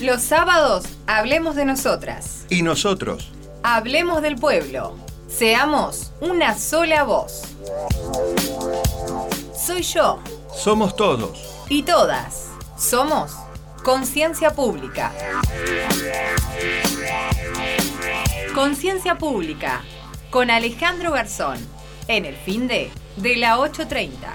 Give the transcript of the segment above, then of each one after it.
Los sábados hablemos de nosotras. Y nosotros. Hablemos del pueblo. Seamos una sola voz. Soy yo. Somos todos. Y todas. Somos Conciencia Pública. Conciencia Pública. Con Alejandro Garzón. En el fin de la 8:30.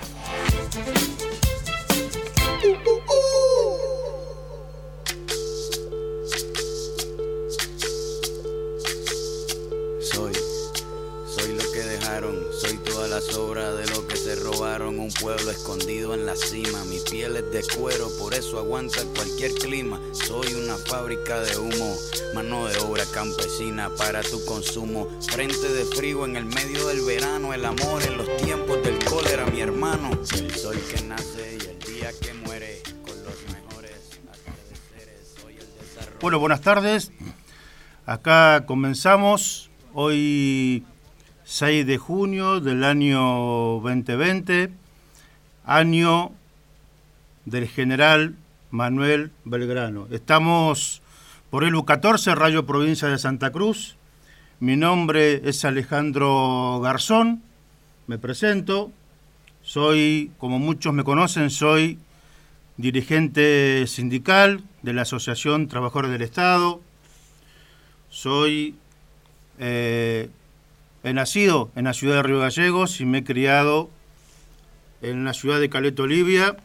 Soy lo que dejaron, soy toda la sobra de lo que se robaron. Un pueblo escondido en la cima, mi piel es de cuero, por eso aguanta cualquier clima. Soy una fábrica de humo, mano de obra campesina para tu consumo. Frente de frío en el medio del verano, el amor en los tiempos del cólera, mi hermano. El sol que nace y el día que muere, con los mejores atardeceres. Soy el desarrollo. Bueno, buenas tardes. Acá comenzamos hoy 6 de junio del año 2020, año del general Manuel Belgrano. Estamos por el U14, Radio Provincia de Santa Cruz. Mi nombre es Alejandro Garzón, me presento. Soy, como muchos me conocen, soy dirigente sindical de la Asociación Trabajadores del Estado. Soy... He nacido en la ciudad de Río Gallegos y me he criado en la ciudad de Caleta Olivia,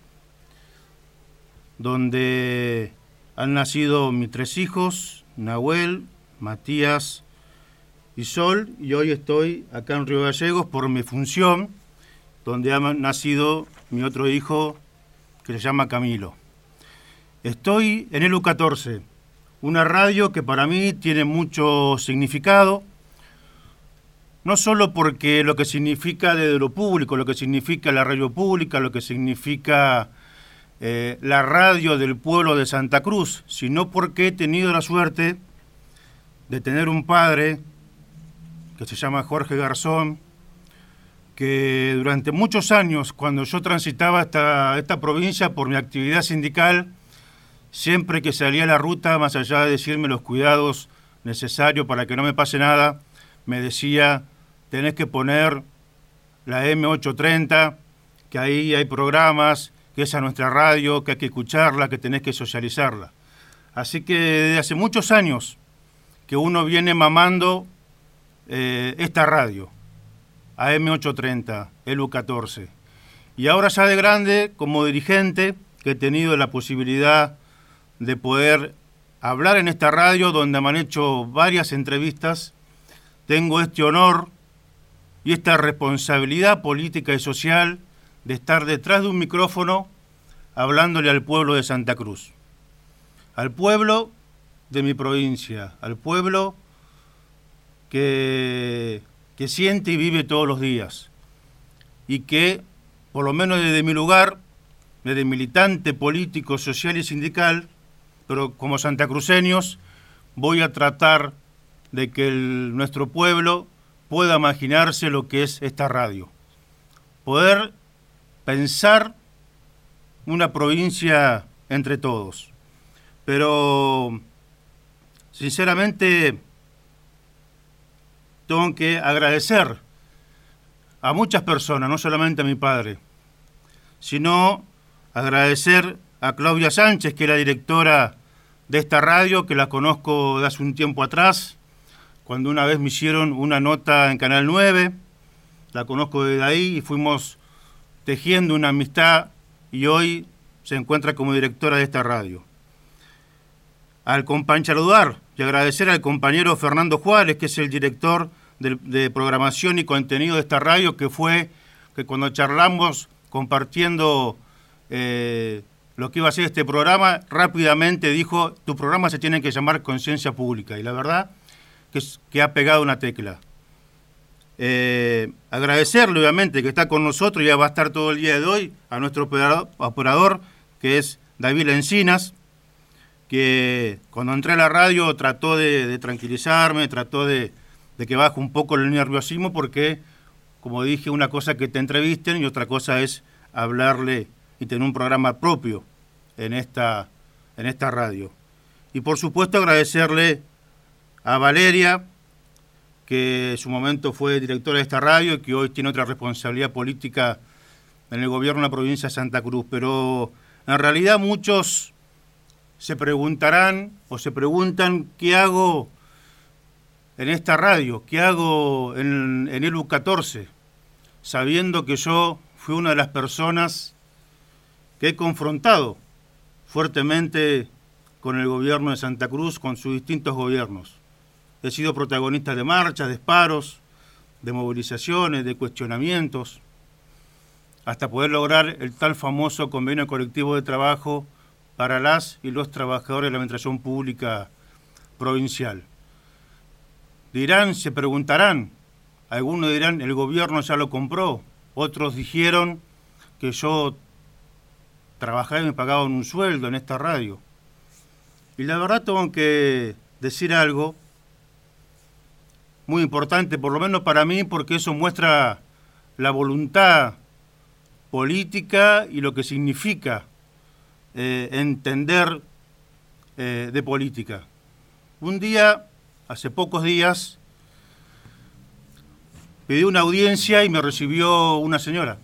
donde han nacido mis 3 hijos, Nahuel, Matías y Sol, y hoy estoy acá en Río Gallegos por mi función, donde ha nacido mi otro hijo, que se llama Camilo. Estoy en el U14, una radio que para mí tiene mucho significado, no solo porque lo que significa desde lo público, lo que significa la radio pública, lo que significa la radio del pueblo de Santa Cruz, sino porque he tenido la suerte de tener un padre que se llama Jorge Garzón, que durante muchos años, cuando yo transitaba esta provincia por mi actividad sindical, siempre que salía a la ruta, más allá de decirme los cuidados necesarios para que no me pase nada, me decía: tenés que poner la M830, que ahí hay programas, que esa es nuestra radio, que hay que escucharla, que tenés que socializarla. Así que desde hace muchos años que uno viene mamando esta radio, AM830, el U14. Y ahora ya de grande, como dirigente, que he tenido la posibilidad de poder hablar en esta radio, donde me han hecho varias entrevistas, tengo este honor y esta responsabilidad política y social de estar detrás de un micrófono hablándole al pueblo de Santa Cruz, al pueblo de mi provincia, al pueblo que siente y vive todos los días y que, por lo menos desde mi lugar, desde militante político, social y sindical, pero como santacruceños, voy a tratar de que nuestro pueblo pueda imaginarse lo que es esta radio. Poder pensar una provincia entre todos. Pero, sinceramente, tengo que agradecer a muchas personas, no solamente a mi padre, sino agradecer a Claudia Sánchez, que es la directora de esta radio, que la conozco de hace un tiempo atrás, cuando una vez me hicieron una nota en Canal 9, la conozco desde ahí y fuimos tejiendo una amistad y hoy se encuentra como directora de esta radio. Saludar y agradecer al compañero Fernando Juárez, que es el director de programación y contenido de esta radio, que cuando charlamos compartiendo lo que iba a ser este programa, rápidamente dijo: tu programa se tiene que llamar Conciencia Pública, y la verdad que ha pegado una tecla. Agradecerle, obviamente, que está con nosotros y ya va a estar todo el día de hoy, a nuestro operador, que es David Encinas, que cuando entré a la radio trató de tranquilizarme, trató de que baje un poco el nerviosismo, porque, como dije, una cosa es que te entrevisten y otra cosa es hablarle y tener un programa propio en esta radio. Y por supuesto agradecerle a Valeria, que en su momento fue directora de esta radio y que hoy tiene otra responsabilidad política en el gobierno de la provincia de Santa Cruz. Pero en realidad muchos se preguntarán o se preguntan qué hago en esta radio, qué hago en ELU 14, sabiendo que yo fui una de las personas que he confrontado fuertemente con el gobierno de Santa Cruz, con sus distintos gobiernos. He sido protagonista de marchas, de paros, de movilizaciones, de cuestionamientos, hasta poder lograr el tal famoso convenio colectivo de trabajo para las y los trabajadores de la administración pública provincial. Dirán, se preguntarán, algunos dirán, el gobierno ya lo compró, otros dijeron que yo trabajaba y me pagaban un sueldo en esta radio. Y la verdad tengo que decir algo muy importante, por lo menos para mí, porque eso muestra la voluntad política y lo que significa entender de política. Un día, hace pocos días, pedí una audiencia y me recibió una señora.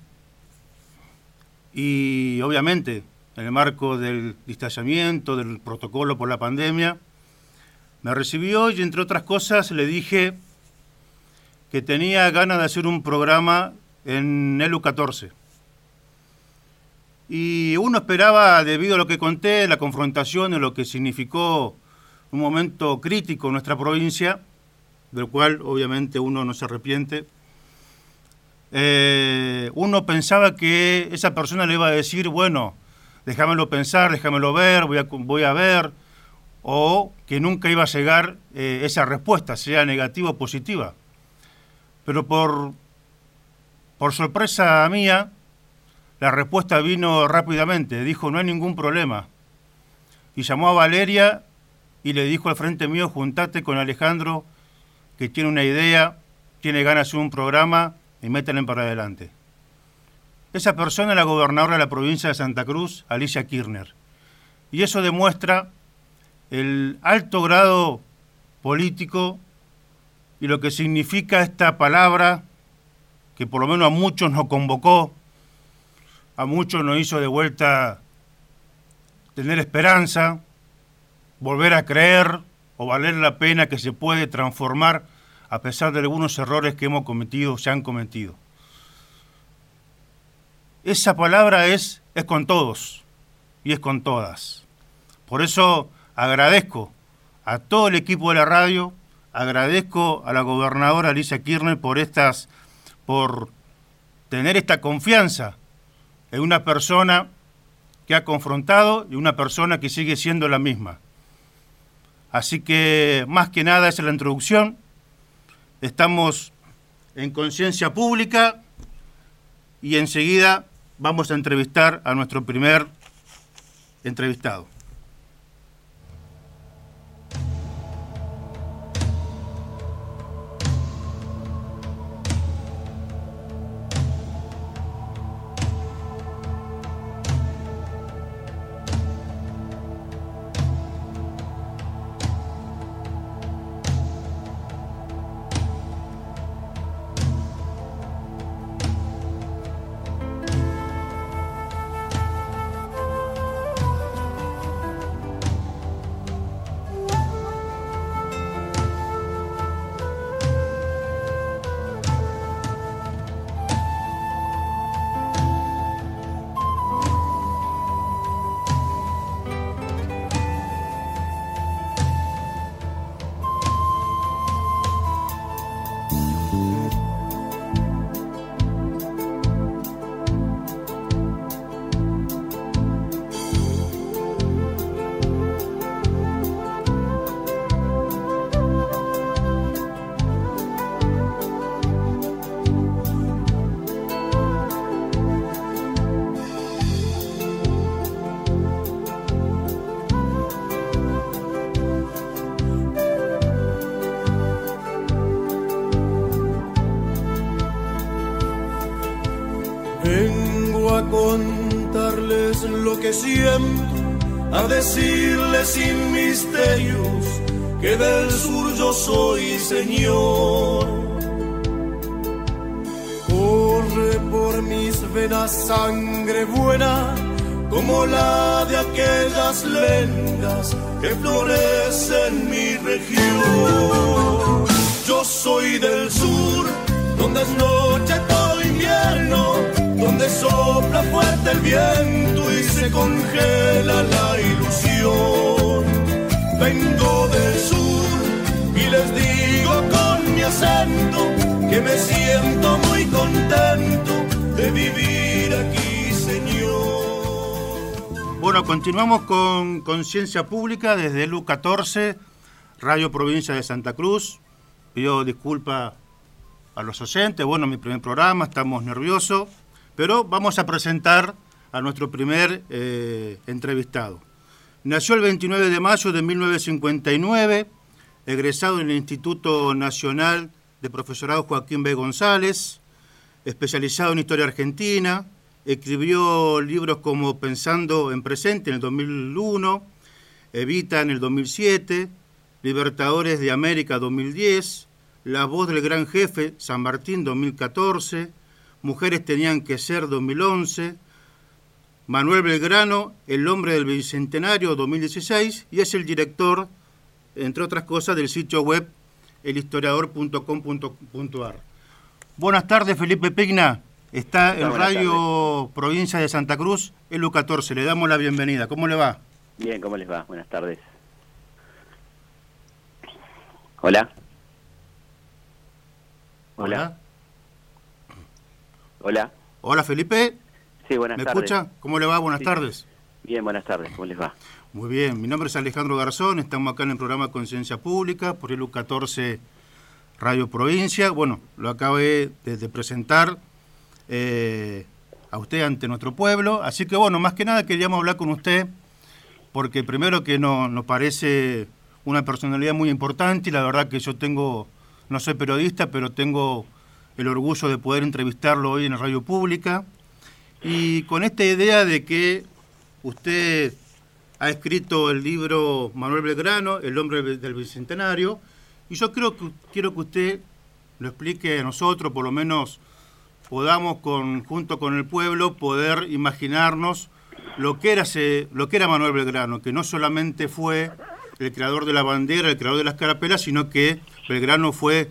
Y obviamente, en el marco del distanciamiento, del protocolo por la pandemia, me recibió y entre otras cosas le dije que tenía ganas de hacer un programa en ELU 14. Y uno esperaba, debido a lo que conté, la confrontación de lo que significó un momento crítico en nuestra provincia, del cual obviamente uno no se arrepiente. Uno pensaba que esa persona le iba a decir, bueno, déjamelo pensar, déjamelo ver, voy a ver, o que nunca iba a llegar esa respuesta, sea negativa o positiva. Pero por sorpresa mía, la respuesta vino rápidamente. Dijo, no hay ningún problema. Y llamó a Valeria y le dijo al frente mío, juntate con Alejandro, que tiene una idea, tiene ganas de hacer un programa y métanle para adelante. Esa persona es la gobernadora de la provincia de Santa Cruz, Alicia Kirchner. Y eso demuestra el alto grado político y lo que significa esta palabra que por lo menos a muchos nos convocó, a muchos nos hizo de vuelta tener esperanza, volver a creer o valer la pena que se puede transformar a pesar de algunos errores que hemos cometido, se han cometido. Esa palabra es con todos y es con todas. Por eso agradezco a todo el equipo de la radio, agradezco a la gobernadora Alicia Kirchner por tener esta confianza en una persona que ha confrontado y una persona que sigue siendo la misma. Así que, más que nada, esa es la introducción. Estamos en Conciencia Pública y enseguida vamos a entrevistar a nuestro primer entrevistado. Vengo a contarles lo que siento a decirle sin misterios que del sur yo soy señor. Corre por mis venas sangre buena, como la de aquellas lengas que florecen en mi región. Yo soy del sur, donde es noche todo invierno, donde sopla fuerte el viento y se congela la ilusión. Vengo del sur y les digo con mi acento que me siento muy contento de vivir aquí, señor. Bueno, continuamos con Conciencia Pública desde el U14, Radio Provincia de Santa Cruz. Pido disculpas a los oyentes, bueno, mi primer programa, estamos nerviosos, pero vamos a presentar a nuestro primer entrevistado. Nació el 29 de mayo de 1959, egresado en el Instituto Nacional de Profesorado Joaquín B. González, especializado en Historia Argentina, escribió libros como Pensando en Presente en el 2001, Evita en el 2007, Libertadores de América 2010, La Voz del Gran Jefe San Martín 2014, Mujeres Tenían que Ser 2011, Manuel Belgrano, El Hombre del Bicentenario 2016, y es el director, entre otras cosas, del sitio web elhistoriador.com.ar. Buenas tardes, Felipe Pigna. Está en Radio Provincia de Santa Cruz, el U14. Le damos la bienvenida. ¿Cómo le va? Bien, ¿cómo les va? Buenas tardes. Hola. Hola. Hola. Hola, Felipe. Sí, buenas tardes. ¿Me escucha? ¿Cómo le va? Buenas tardes. Bien, buenas tardes. ¿Cómo les va? Muy bien. Mi nombre es Alejandro Garzón. Estamos acá en el programa Conciencia Pública por el U14 Radio Provincia. Bueno, lo acabé de presentar a usted ante nuestro pueblo. Así que, bueno, más que nada queríamos hablar con usted porque primero que nos parece una personalidad muy importante y la verdad que yo no soy periodista, pero tengo el orgullo de poder entrevistarlo hoy en la radio pública. Y con esta idea de que usted ha escrito el libro Manuel Belgrano, El Hombre del Bicentenario, y yo quiero que usted lo explique a nosotros, por lo menos podamos junto con el pueblo poder imaginarnos lo que era Manuel Belgrano, que no solamente fue el creador de la bandera, el creador de las carapelas, sino que Belgrano fue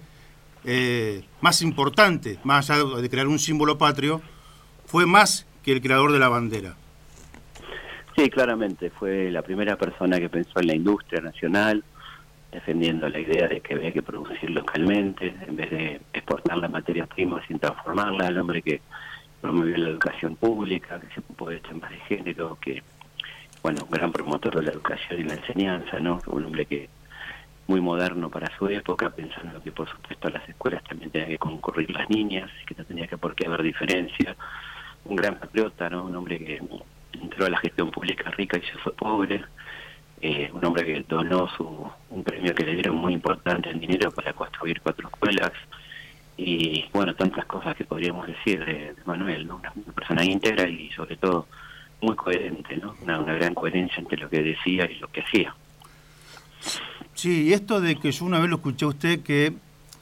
más importante, más allá de crear un símbolo patrio, fue más que el creador de la bandera. Sí, claramente, fue la primera persona que pensó en la industria nacional, defendiendo la idea de que había que producir localmente, en vez de exportar la materia prima sin transformarla, el hombre que promovió la educación pública, que se ocupó de temas de género, que, bueno, un gran promotor de la educación y la enseñanza, ¿no? Un hombre que muy moderno para su época, pensando que por supuesto a las escuelas también tenían que concurrir las niñas, que no tenía que por qué haber diferencia. Un gran patriota, ¿no? Un hombre que entró a la gestión pública rica y se fue pobre. Un hombre que donó un premio que le dieron muy importante en dinero para construir 4 escuelas. Y bueno, tantas cosas que podríamos decir de Manuel, ¿no? Una persona íntegra y sobre todo muy coherente, ¿no? Una gran coherencia entre lo que decía y lo que hacía. Sí, y esto de que yo una vez lo escuché a usted que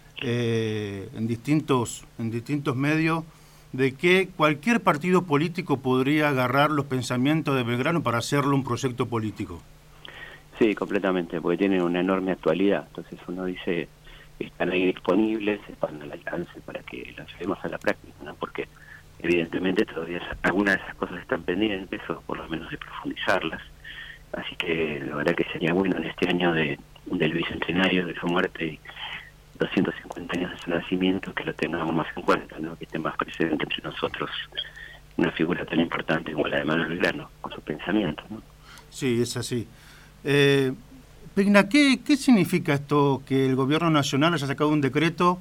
en distintos medios, de que cualquier partido político podría agarrar los pensamientos de Belgrano para hacerlo un proyecto político. Sí, completamente, porque tienen una enorme actualidad. Entonces uno dice, están ahí disponibles, están al alcance para que los llevemos a la práctica, ¿no? Porque evidentemente todavía algunas de esas cosas están pendientes, o por lo menos de profundizarlas. Así que la verdad que sería bueno en este año del bicentenario de su muerte y 250 años de su nacimiento que lo tengamos más en cuenta, ¿no? Que esté más presente entre nosotros una figura tan importante como la de Manuel Belgrano, con su pensamiento, ¿no? Sí, es así. Pigna, ¿qué significa esto que el gobierno nacional haya sacado un decreto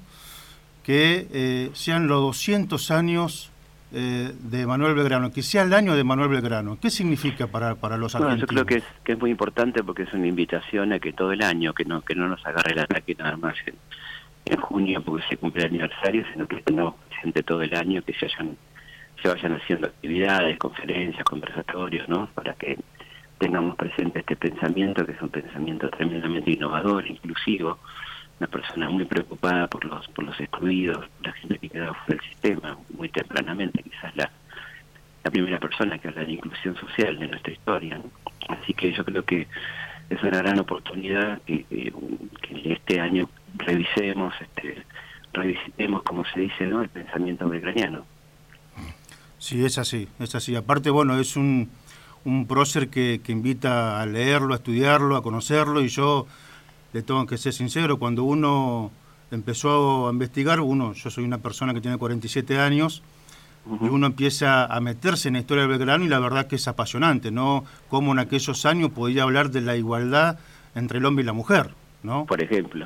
que sean los 200 años de Manuel Belgrano, que sea el año de Manuel Belgrano? ¿Qué significa para los argentinos? Bueno, yo creo que es muy importante porque es una invitación a que todo el año, que no nos agarre el ataque nada más en junio porque se cumple el aniversario, sino que estemos presentes todo el año, que se vayan haciendo actividades, conferencias, conversatorios, ¿no? Para que tengamos presente este pensamiento, que es un pensamiento tremendamente innovador, inclusivo, una persona muy preocupada por los excluidos, la gente que queda fuera del sistema, muy tempranamente, quizás la primera persona que habla de inclusión social de nuestra historia, ¿no? Así que yo creo que es una gran oportunidad que este año revisitemos, como se dice, ¿no?, el pensamiento belgraniano. Sí, es así. Aparte, bueno, es un prócer que invita a leerlo, a estudiarlo, a conocerlo, y yo le tengo que ser sincero, cuando uno empezó a investigar, yo soy una persona que tiene 47 años, y uno empieza a meterse en la historia del Belgrano, y la verdad que es apasionante, ¿no? Cómo en aquellos años podía hablar de la igualdad entre el hombre y la mujer, ¿no? Por ejemplo,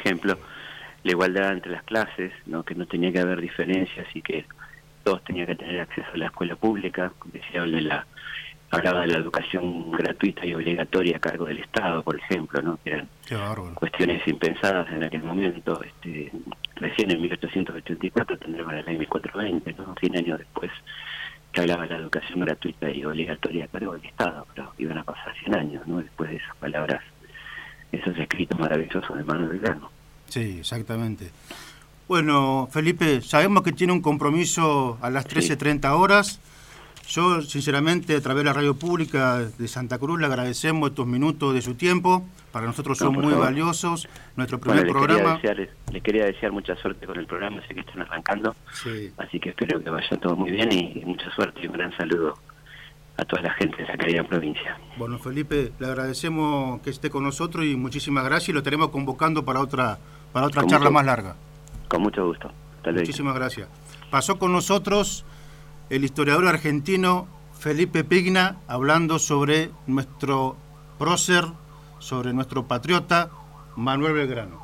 la igualdad entre las clases, ¿no?, que no tenía que haber diferencias y que todos tenían que tener acceso a la escuela pública. Hablaba de la educación gratuita y obligatoria a cargo del Estado, por ejemplo, ¿no?, que eran cuestiones impensadas en aquel momento. Recién en 1884 tendremos la ley 1420, ¿no?, 100 años después, que hablaba de la educación gratuita y obligatoria a cargo del Estado, pero iban a pasar 100 años, ¿no?, después de esas palabras, esos escritos maravillosos de Manuel Belgrano. Sí, exactamente. Bueno, Felipe, sabemos que tiene un compromiso a las 13:30 horas. Yo, sinceramente, a través de la radio pública de Santa Cruz, le agradecemos estos minutos de su tiempo. Para nosotros son muy valiosos. Nuestro primer programa. Le quería desear mucha suerte con el programa, sé que están arrancando. Sí. Así que espero que vaya todo muy bien y mucha suerte, y un gran saludo a toda la gente de esa querida provincia. Bueno, Felipe, le agradecemos que esté con nosotros y muchísimas gracias, y lo estaremos convocando para otra charla más larga. Con mucho gusto. Muchísimas gracias. Pasó con nosotros el historiador argentino Felipe Pigna, hablando sobre nuestro prócer, sobre nuestro patriota Manuel Belgrano.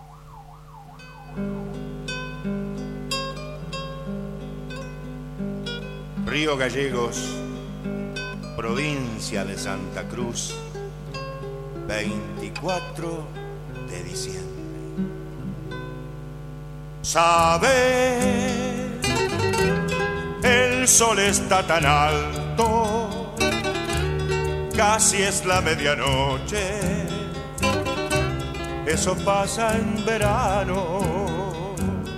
Río Gallegos, provincia de Santa Cruz, 24 de diciembre. Sabe, el sol está tan alto, casi es la medianoche, eso pasa en verano.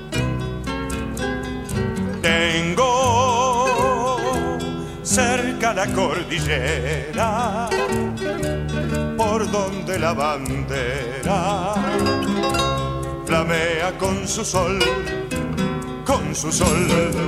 Tengo cerca la cordillera, por donde la bandera flamea con su sol, con su sol.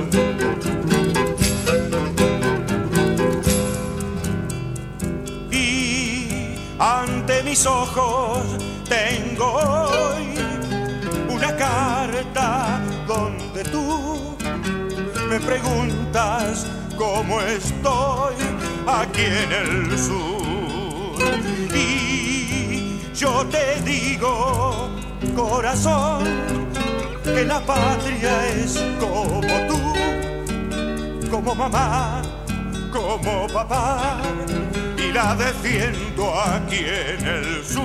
Y ante mis ojos tengo hoy una carta donde tú me preguntas cómo estoy aquí en el sur. Y yo te digo, corazón, que la patria es como tú, como mamá, como papá, y la defiendo aquí en el sur.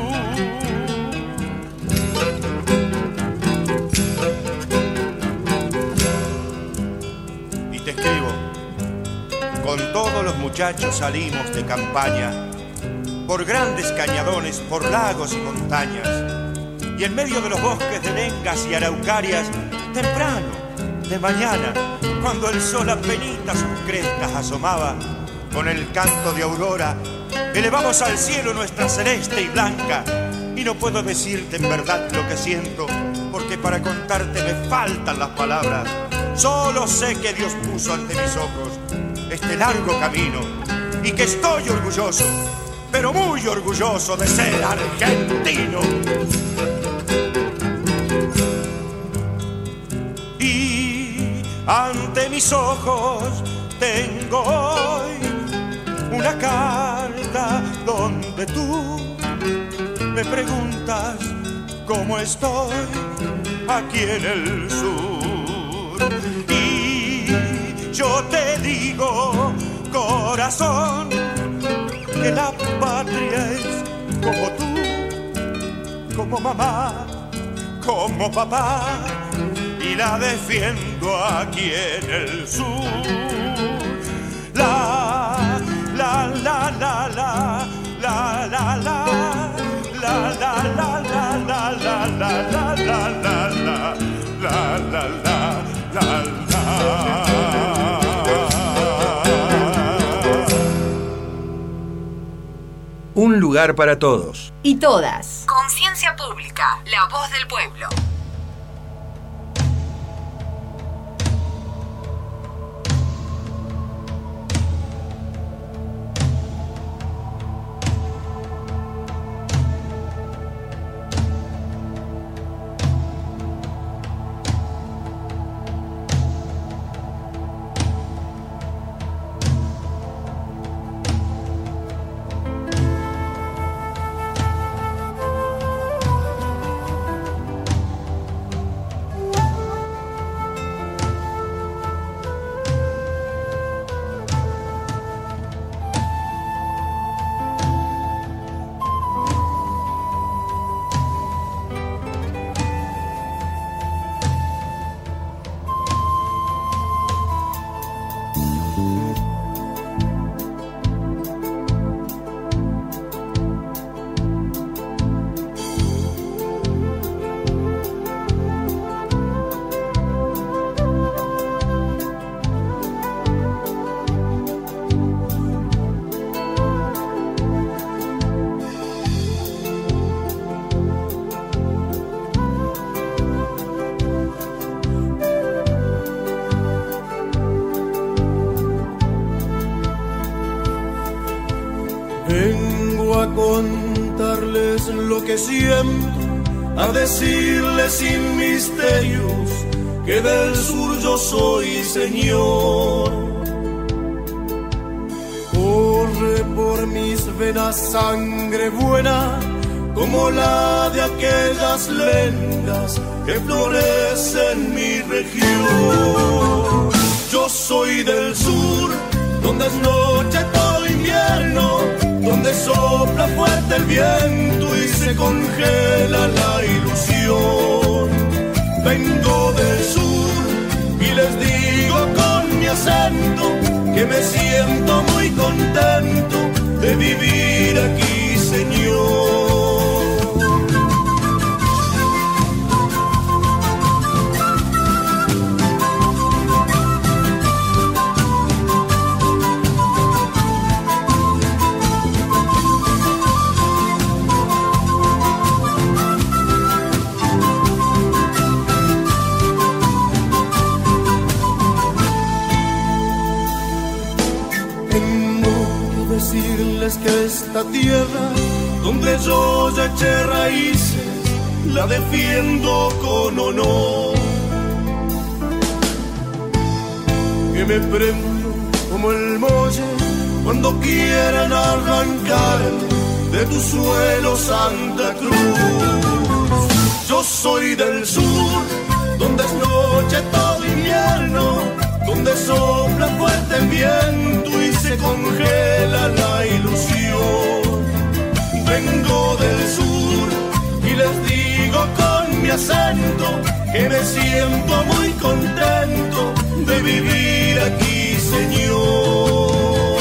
Y te escribo, con todos los muchachos salimos de campaña, por grandes cañadones, por lagos y montañas, y en medio de los bosques de lengas y araucarias, temprano, de mañana, cuando el sol apenitas sus crestas asomaba, con el canto de aurora, elevamos al cielo nuestra celeste y blanca. Y no puedo decirte en verdad lo que siento, porque para contarte me faltan las palabras. Solo sé que Dios puso ante mis ojos este largo camino, y que estoy orgulloso, pero muy orgulloso de ser argentino. Y ante mis ojos tengo hoy una carta donde tú me preguntas cómo estoy aquí en el sur. Y yo te digo, corazón, que la patria es como tú, como mamá, como papá, y la defiendo aquí en el sur. La la la la la la Un lugar para todos. Y todas. Conciencia Pública, la voz del pueblo. Vengo a contarles lo que siento, a decirles sin misterios que del sur yo soy señor. Corre por mis venas sangre buena, como la de aquellas lendas que florecen en mi región. Yo soy del sur, donde es noche todo invierno, donde sopla fuerte el viento y se congela la ilusión. Vengo del sur y les digo con mi acento que me siento muy contento de vivir aquí, señor. Decirles que esta tierra donde yo ya eché raíces la defiendo con honor, que me prendo como el muelle cuando quieran arrancar de tu suelo Santa Cruz. Yo soy del sur, donde es noche todo invierno, donde sopla fuerte el viento y se congela la ilusión. Vengo del sur y les digo con mi acento que me siento muy contento de vivir aquí, señor.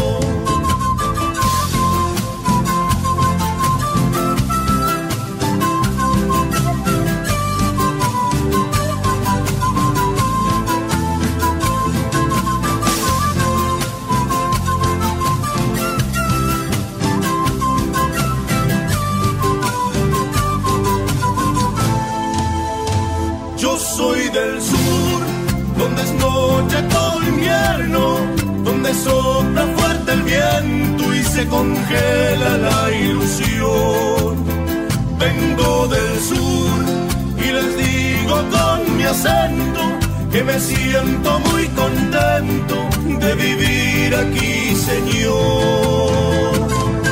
Soy del sur, donde es noche todo invierno, donde sopla fuerte el viento y se congela la ilusión. Vengo del sur y les digo con mi acento que me siento muy contento de vivir aquí, señor.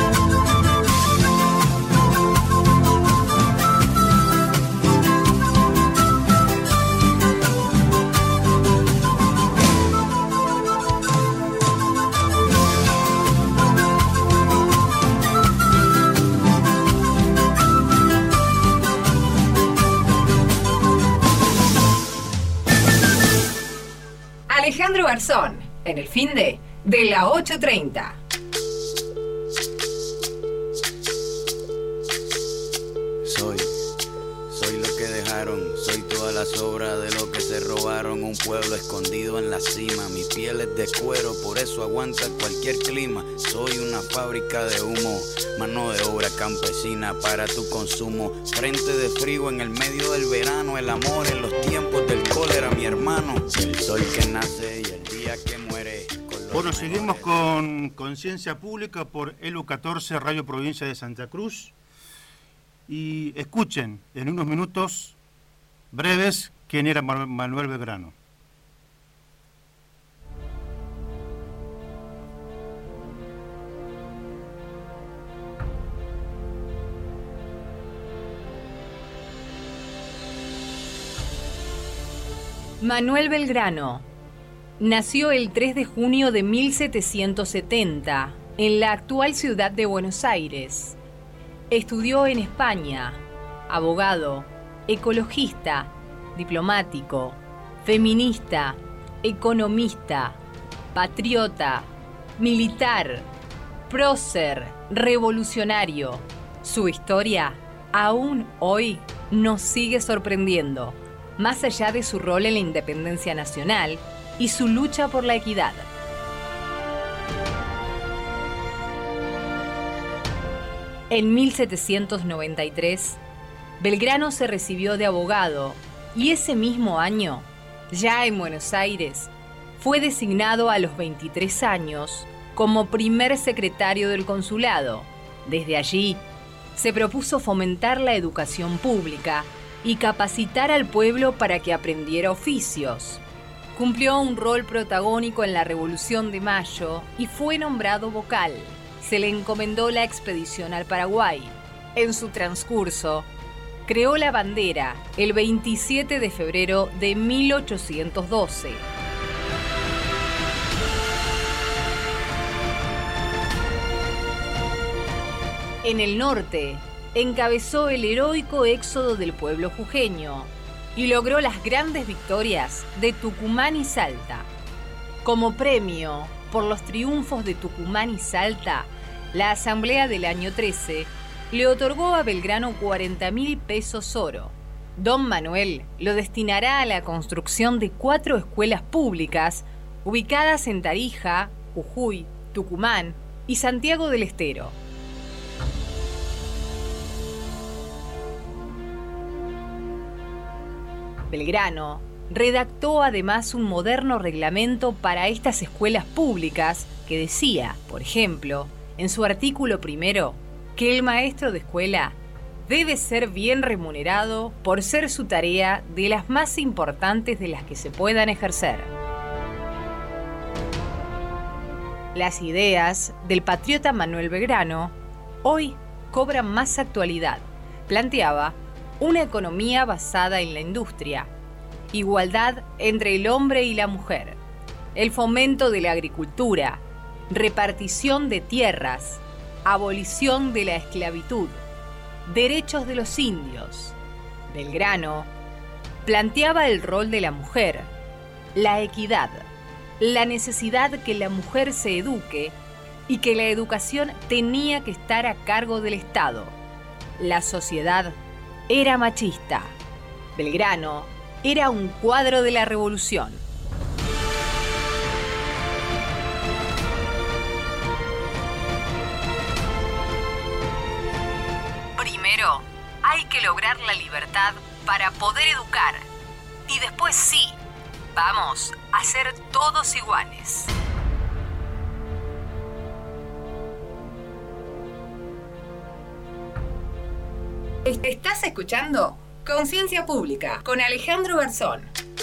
Alejandro Garzón, en el fin de la 8:30. Soy lo que dejaron, soy toda la sobra de lo que se robó. robaron un pueblo escondido en la cima. Mi piel es de cuero, por eso aguanta cualquier clima. Soy una fábrica de humo, mano de obra campesina para tu consumo. Frente de frío en el medio del verano, el amor en los tiempos del cólera, mi hermano. El sol que nace y el día que muere. Bueno, seguimos con Conciencia Pública por ELU 14, Radio Provincia de Santa Cruz. Y escuchen en unos minutos breves quién era Manuel Belgrano. Manuel Belgrano nació el 3 de junio de 1770 en la actual ciudad de Buenos Aires. Estudió en España, abogado, ecologista, diplomático, feminista, economista, patriota, militar, prócer, revolucionario. Su historia aún hoy nos sigue sorprendiendo, más allá de su rol en la independencia nacional y su lucha por la equidad. En 1793, Belgrano se recibió de abogado y ese mismo año, ya en Buenos Aires, fue designado a los 23 años como primer secretario del consulado. Desde allí, se propuso fomentar la educación pública y capacitar al pueblo para que aprendiera oficios. Cumplió un rol protagónico en la Revolución de Mayo y fue nombrado vocal. Se le encomendó la expedición al Paraguay. En su transcurso, creó la bandera el 27 de febrero de 1812. En el norte, encabezó el heroico éxodo del pueblo jujeño y logró las grandes victorias de Tucumán y Salta. Como premio por los triunfos de Tucumán y Salta, la Asamblea del año 13 le otorgó a Belgrano 40.000 pesos oro. Don Manuel lo destinará a la construcción de 4 escuelas públicas ubicadas en Tarija, Jujuy, Tucumán y Santiago del Estero. Belgrano redactó además un moderno reglamento para estas escuelas públicas que decía, por ejemplo, en su artículo primero, que el maestro de escuela debe ser bien remunerado por ser su tarea de las más importantes de las que se puedan ejercer. Las ideas del patriota Manuel Belgrano hoy cobran más actualidad. Planteaba una economía basada en la industria, igualdad entre el hombre y la mujer, el fomento de la agricultura, repartición de tierras, abolición de la esclavitud, derechos de los indios. Belgrano planteaba el rol de la mujer, la equidad, la necesidad que la mujer se eduque y que la educación tenía que estar a cargo del Estado. La sociedad era machista. Belgrano era un cuadro de la revolución. Primero, hay que lograr la libertad para poder educar. Y después sí, vamos a ser todos iguales. Estás escuchando Conciencia Pública con Alejandro Garzón.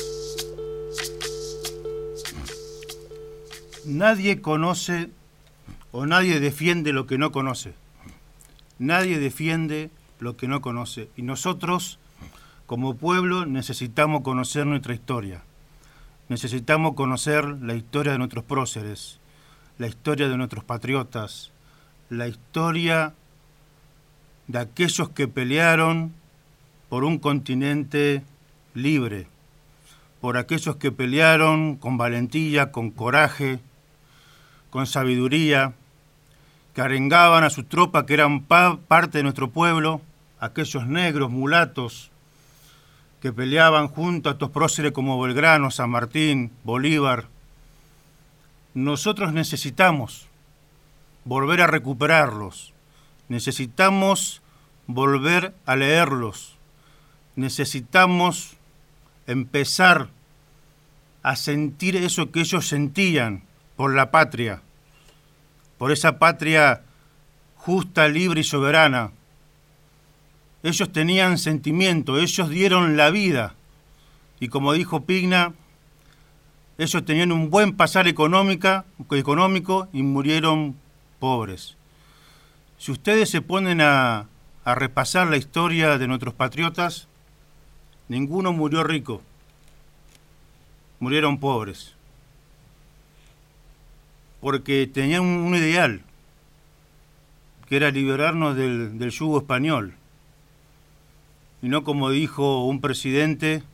Nadie conoce o nadie defiende lo que no conoce. Nadie defiende lo que no conoce. Y nosotros, como pueblo, necesitamos conocer nuestra historia. Necesitamos conocer la historia de nuestros próceres, la historia de nuestros patriotas, la historia de aquellos que pelearon por un continente libre, por aquellos que pelearon con valentía, con coraje, con sabiduría, que arengaban a su tropa, que eran parte de nuestro pueblo, aquellos negros, mulatos, que peleaban junto a estos próceres como Belgrano, San Martín, Bolívar. Nosotros necesitamos volver a recuperarlos, necesitamos volver a leerlos, necesitamos empezar a sentir eso que ellos sentían por la patria, por esa patria justa, libre y soberana. Ellos tenían sentimiento, ellos dieron la vida, y como dijo Pigna, ellos tenían un buen pasar económico y murieron pobres. Si ustedes se ponen a repasar la historia de nuestros patriotas, ninguno murió rico, murieron pobres, porque tenían un ideal, que era liberarnos del yugo español, y no como dijo un presidente,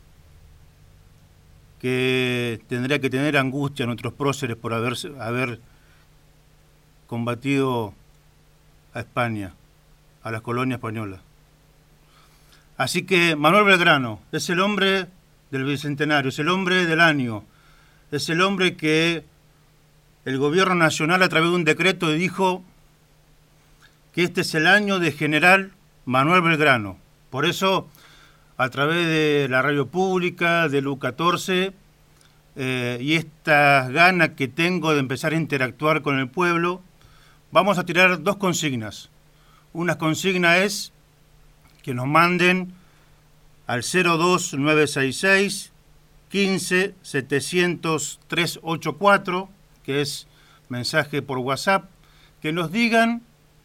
que tendría que tener angustia nuestros próceres por haber combatido a España, a las colonias españolas. Así que Manuel Belgrano es el hombre del Bicentenario, es el hombre del año, es el hombre que el gobierno nacional a través de un decreto dijo que este es el año de General Manuel Belgrano. Por eso, a través de la radio pública, del U14, y estas ganas que tengo de empezar a interactuar con el pueblo, vamos a tirar dos consignas. Una consigna es que nos manden al 02966 15 700 384, que es mensaje por WhatsApp, que nos digan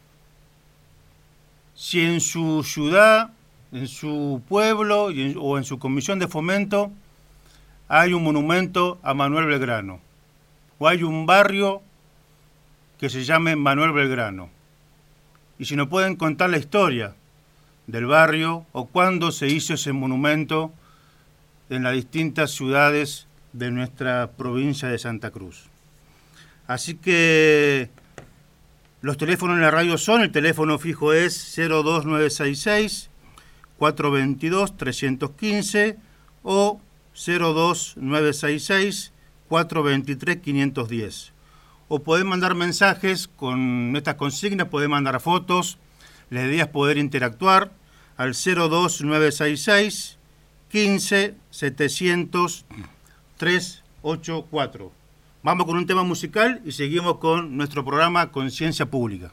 si en su ciudad, en su pueblo o en su comisión de fomento hay un monumento a Manuel Belgrano, o hay un barrio que se llame Manuel Belgrano. Y si nos pueden contar la historia del barrio o cuándo se hizo ese monumento en las distintas ciudades de nuestra provincia de Santa Cruz. Así que los teléfonos en la radio son, el teléfono fijo es 02966 422 315 o 02966 423 510. O podés mandar mensajes con estas consignas, podés mandar fotos. La idea es poder interactuar al 02966 15 700 384. Vamos con un tema musical y seguimos con nuestro programa Conciencia Pública.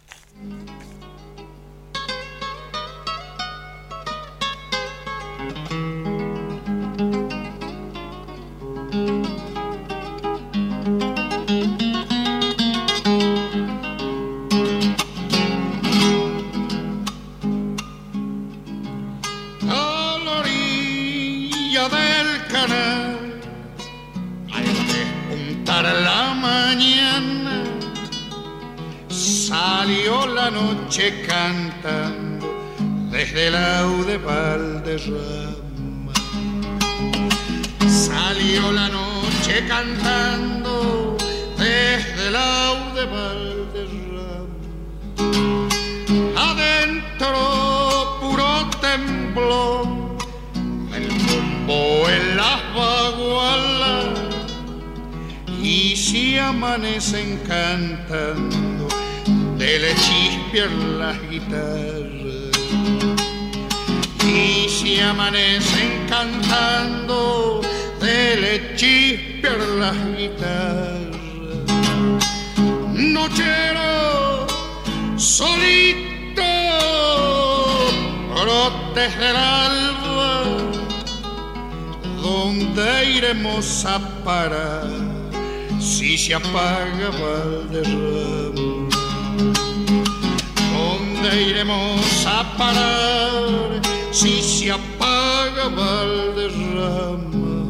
Salió la noche cantando desde el laude Valderrama. Salió la noche cantando desde el laude Valderrama. Adentro puro temblor el bombo en las bagualas y si amanecen cantando de le chispean las guitarras, y si amanecen cantando de le chispean las guitarras. Nochero solito brotes del alba, ¿dónde iremos a parar si se apaga Valderrama? ¿Dónde iremos a parar si se apaga Valderrama?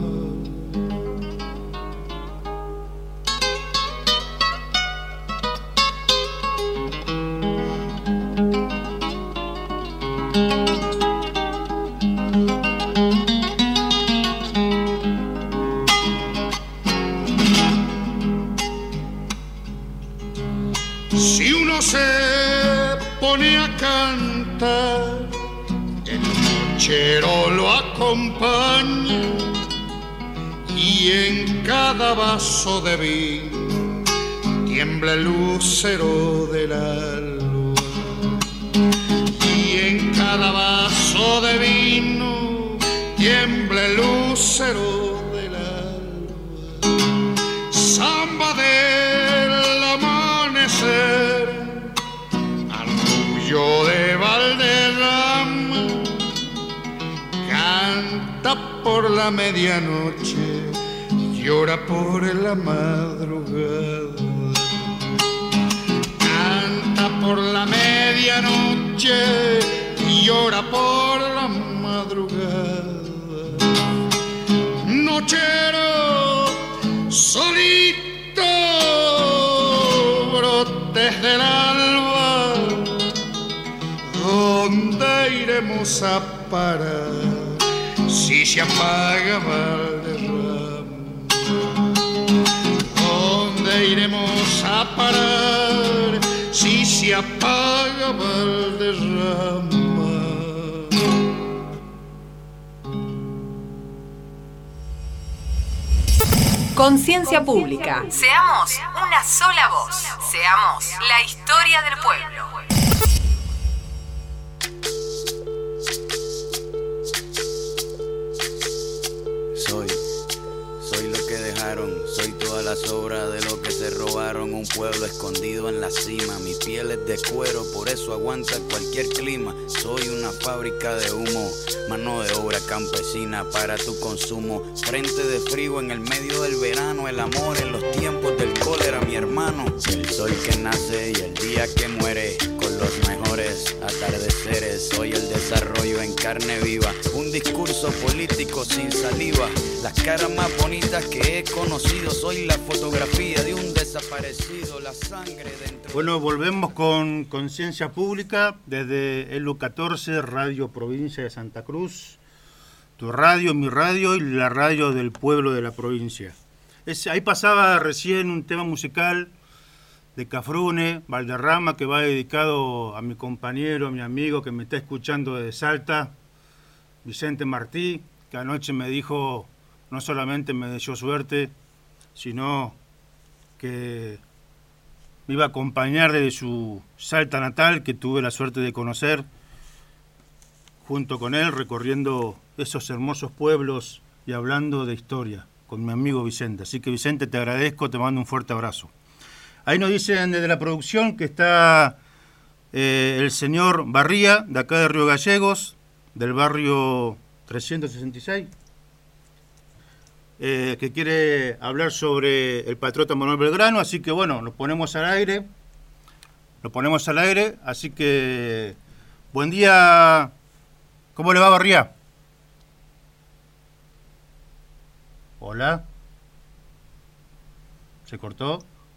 Si uno se pone a cantar en puchero lo acompaña y en cada vaso de vino tiembla el lucero del alba. Y en cada vaso de vino tiembla el lucero del alba. Samba del amanecer, arrullo de Valderrama, canta por la medianoche, llora por la madrugada. Canta por la medianoche y llora por la madrugada. Nochero solito, brotes del alba, ¿dónde iremos a parar si se apaga Valderrama? ¿Dónde iremos a parar si se apaga Valderrama? Conciencia pública. Seamos una sola voz. Seamos la historia del pueblo. Soy lo que dejaron, soy toda la sobra de lo que se robaron. Un pueblo escondido en la cima, mi piel es de cuero, por eso aguanta cualquier clima. Soy una fábrica de humo, mano de obra campesina para tu consumo. Frente de frío en el medio del verano, el amor en los tiempos del cólera, mi hermano. El sol que nace y el día que muere, con los mejores atardeceres. Soy el desarrollo en carne viva, un discurso político sin saliva. Las caras más bonitas que he conocido, soy la fotografía de un desaparecido, la sangre dentro. Bueno, volvemos con Conciencia Pública desde el U14, Radio Provincia de Santa Cruz. Tu radio, mi radio y la radio del pueblo de la provincia. Ahí pasaba recién un tema musical de Cafrune, Valderrama, que va dedicado a mi compañero, a mi amigo que me está escuchando desde Salta, Vicente Martí, que anoche me dijo, no solamente me deseó suerte, sino que me iba a acompañar desde su Salta natal, que tuve la suerte de conocer, junto con él, recorriendo esos hermosos pueblos y hablando de historia, con mi amigo Vicente. Así que Vicente, te agradezco, te mando un fuerte abrazo. Ahí nos dicen desde la producción que está el señor Barría, de acá de Río Gallegos, del barrio 366, que quiere hablar sobre el patriota Manuel Belgrano, así que bueno, lo ponemos al aire, así que buen día, ¿cómo le va, Barría? Hola, ¿se cortó?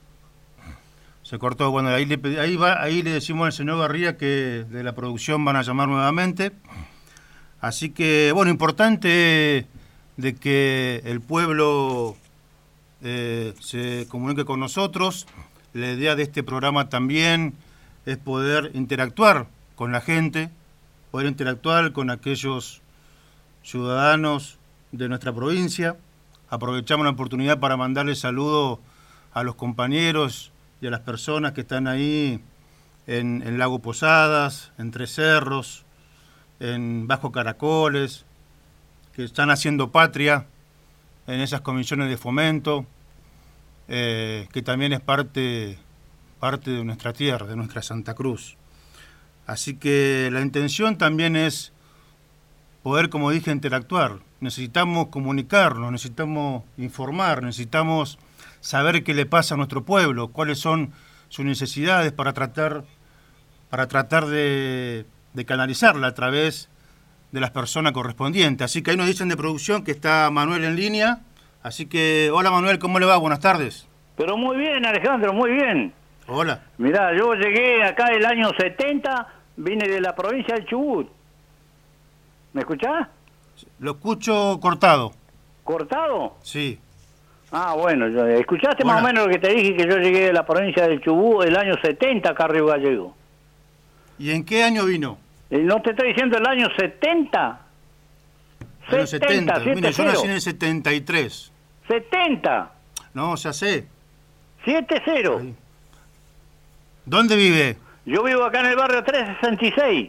Bueno, ahí le decimos al señor Barría que de la producción van a llamar nuevamente. Así que, bueno, importante de que el pueblo se comunique con nosotros. La idea de este programa también es poder interactuar con la gente, poder interactuar con aquellos ciudadanos de nuestra provincia. Aprovechamos la oportunidad para mandarle saludos a los compañeros y a las personas que están ahí en Lago Posadas, en Tres Cerros, en Bajo Caracoles, que están haciendo patria en esas comisiones de fomento, que también es parte de nuestra tierra, de nuestra Santa Cruz. Así que la intención también es poder, como dije, interactuar. Necesitamos comunicarnos, necesitamos informar, necesitamos saber qué le pasa a nuestro pueblo, cuáles son sus necesidades para tratar de canalizarla a través de las personas correspondientes. Así que ahí nos dicen de producción que está Manuel en línea. Así que, hola Manuel, ¿cómo le va? Buenas tardes. Pero muy bien, Alejandro, muy bien. Hola. Mirá, yo llegué acá el año 70, vine de la provincia del Chubut. ¿Me escuchás? Lo escucho cortado. ¿Cortado? Sí. Ah, bueno, ¿escuchaste más o menos lo que te dije, que yo llegué de la provincia del Chubut el año 70 acá a Río Gallegos? ¿Y en qué año vino? ¿No te estoy diciendo el año 70? En los 70. Mire, yo nací en el 70-0. 73. 70. No, ya sé. 7-0. Ahí. ¿Dónde vive? Yo vivo acá en el barrio 366.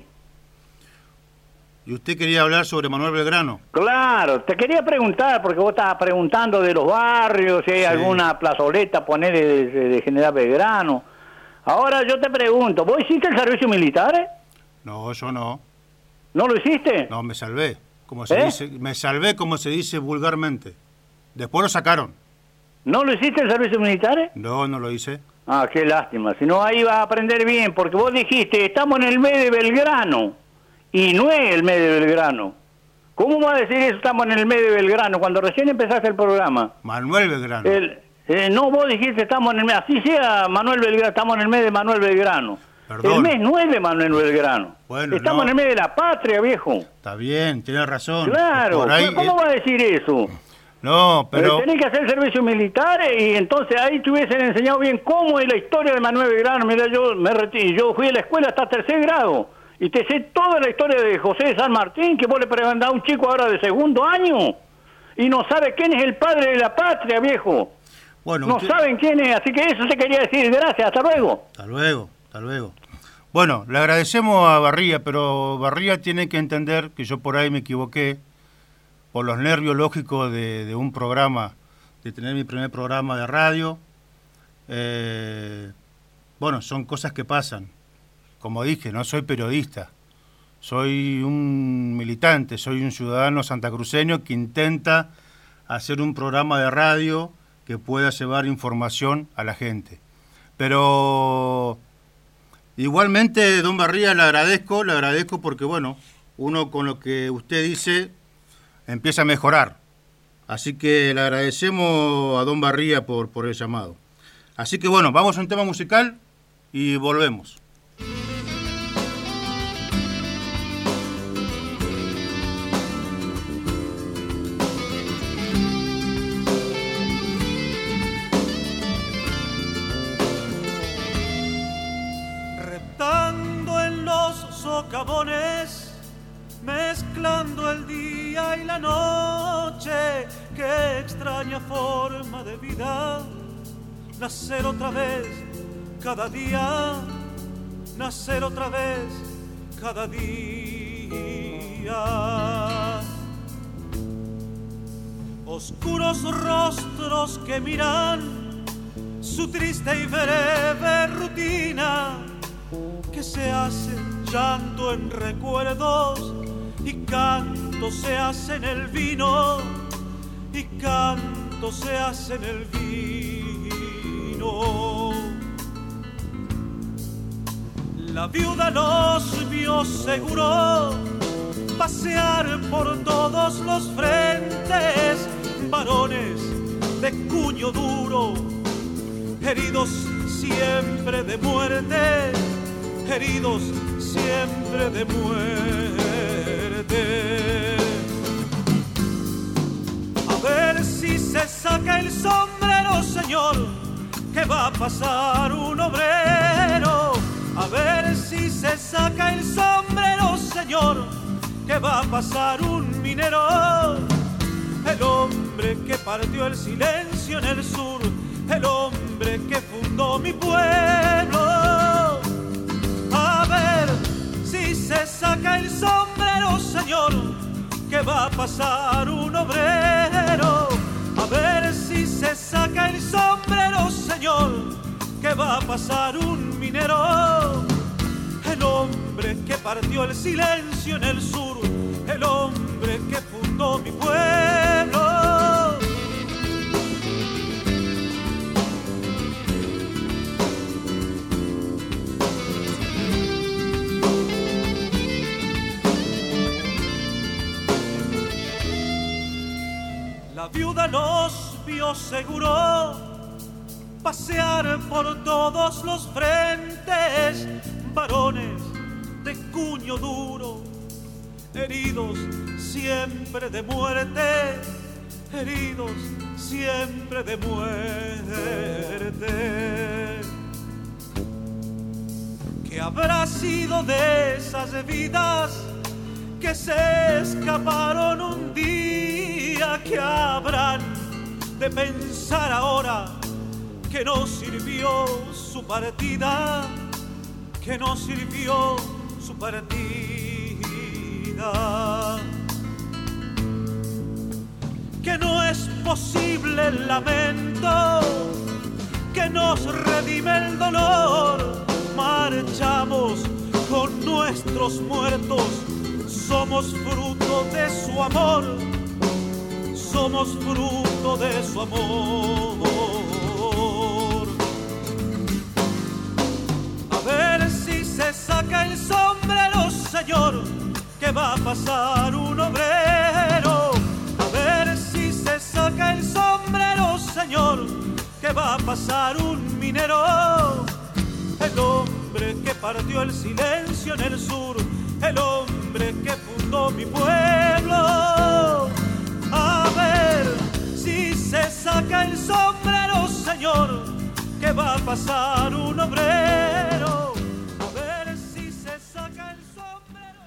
Y usted quería hablar sobre Manuel Belgrano. Claro, te quería preguntar, porque vos estabas preguntando de los barrios, si hay alguna plazoleta, poner de General Belgrano. Ahora yo te pregunto, ¿vos hiciste el servicio militar? No, yo no. ¿No lo hiciste? No, me salvé. Como se dice, me salvé, como se dice vulgarmente. Después lo sacaron. ¿No lo hiciste el servicio militar? No, no lo hice. Ah, qué lástima. Si no, ahí vas a aprender bien, porque vos dijiste, estamos en el mes de Belgrano, y no es el mes de Belgrano. ¿Cómo vas a decir eso, estamos en el mes de Belgrano, cuando recién empezaste el programa? Manuel Belgrano. No, vos dijiste, estamos en el mes, así sea Manuel Belgrano, estamos en el mes de Manuel Belgrano. Perdón. El mes no es de Manuel Belgrano. Bueno, estamos en el mes de la patria, viejo. Está bien, tiene razón. Claro, Por ahí, ¿cómo vas a decir eso? No, pero... Tenés que hacer el servicio militar y entonces ahí te hubiesen enseñado bien cómo es la historia de Manuel Belgrano. Mira, yo fui a la escuela hasta 3er grado y te sé toda la historia de José de San Martín, que vos le preguntás a un chico ahora de 2º año y no sabe quién es el padre de la patria, viejo. Bueno, no saben quién es, así que eso te quería decir. Gracias, hasta luego. Hasta luego, hasta luego. Bueno, le agradecemos a Barría, pero Barría tiene que entender que yo por ahí me equivoqué por los nervios lógicos de un programa, de tener mi primer programa de radio. Bueno, son cosas que pasan. Como dije, no soy periodista, soy un militante, soy un ciudadano santacruceño que intenta hacer un programa de radio que pueda llevar información a la gente. Pero igualmente, don Barría, le agradezco porque, bueno, uno con lo que usted dice empieza a mejorar. Así que le agradecemos a don Barría por el llamado. Así que, bueno, vamos a un tema musical y volvemos. Socavones, mezclando el día y la noche, qué extraña forma de vida, nacer otra vez cada día, nacer otra vez cada día. Oscuros rostros que miran su triste y breve rutina, que se hace llanto en recuerdos y canto se hace en el vino, y canto se hace en el vino. La viuda los vio seguro pasear por todos los frentes, varones de cuño duro, heridos siempre de muerte, heridos siempre de muerte. A ver si se saca el sombrero, señor, que va a pasar un obrero. A ver si se saca el sombrero, señor, que va a pasar un minero. El hombre que partió el silencio en el sur, el hombre que fundó mi pueblo. A ver si se saca el sombrero, señor, que va a pasar un obrero. A ver si se saca el sombrero, señor, que va a pasar un minero. El hombre que partió el silencio en el sur, el hombre que fundó mi pueblo. La viuda los vio seguro pasear por todos los frentes, varones de cuño duro, heridos siempre de muerte, heridos siempre de muerte. ¿Qué habrá sido de esas vidas que se escaparon un día, que habrán de pensar ahora que no sirvió su partida, que no sirvió su partida. Que no es posible el lamento, que nos redime el dolor. Marchamos con nuestros muertos, somos fruto de su amor, somos fruto de su amor. A ver si se saca el sombrero, señor, que va a pasar un obrero. A ver si se saca el sombrero, señor, que va a pasar un minero. El hombre que partió el silencio en el sur, el hombre que fundó mi pueblo. A ver si se saca el sombrero, señor, que va a pasar un obrero. A ver si se saca el sombrero.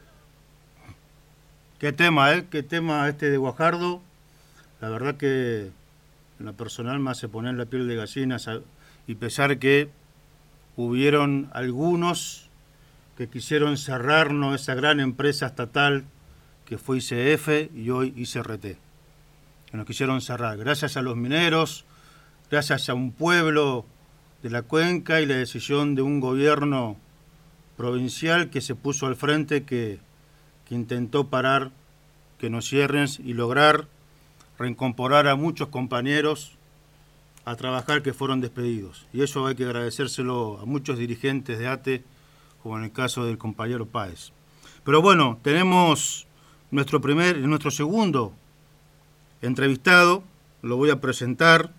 Qué tema, qué tema este de Guajardo. La verdad que en lo personal me hace poner la piel de gallina y pensar que hubieron algunos que quisieron cerrarnos esa gran empresa estatal que fue ICF y hoy ICRT. Que nos quisieron cerrar. Gracias a los mineros, gracias a un pueblo de la cuenca y la decisión de un gobierno provincial que se puso al frente, que intentó parar, que nos cierren y lograr reincorporar a muchos compañeros a trabajar que fueron despedidos. Y eso hay que agradecérselo a muchos dirigentes de ATE, como en el caso del compañero Páez. Pero bueno, tenemos nuestro segundo entrevistado, lo voy a presentar.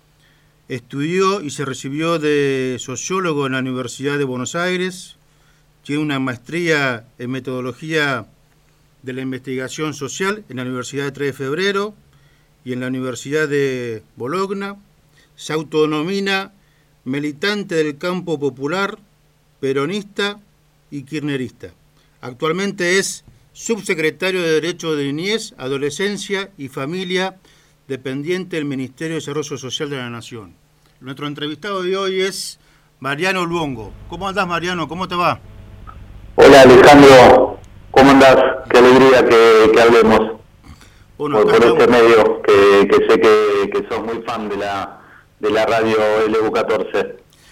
Estudió y se recibió de sociólogo en la Universidad de Buenos Aires, tiene una maestría en metodología de la investigación social en la Universidad de 3 de Febrero y en la Universidad de Bologna. Se autodenomina militante del campo popular, peronista y kirchnerista. Actualmente es subsecretario de Derecho de Niñez, Adolescencia y Familia, dependiente del Ministerio de Desarrollo Social de la Nación. Nuestro entrevistado de hoy es Mariano Luongo. ¿Cómo andás, Mariano? ¿Cómo te va? Hola, Alejandro. ¿Cómo andás? Qué alegría que hablemos bueno, por este medio, que sé que sos muy fan de la radio LU14.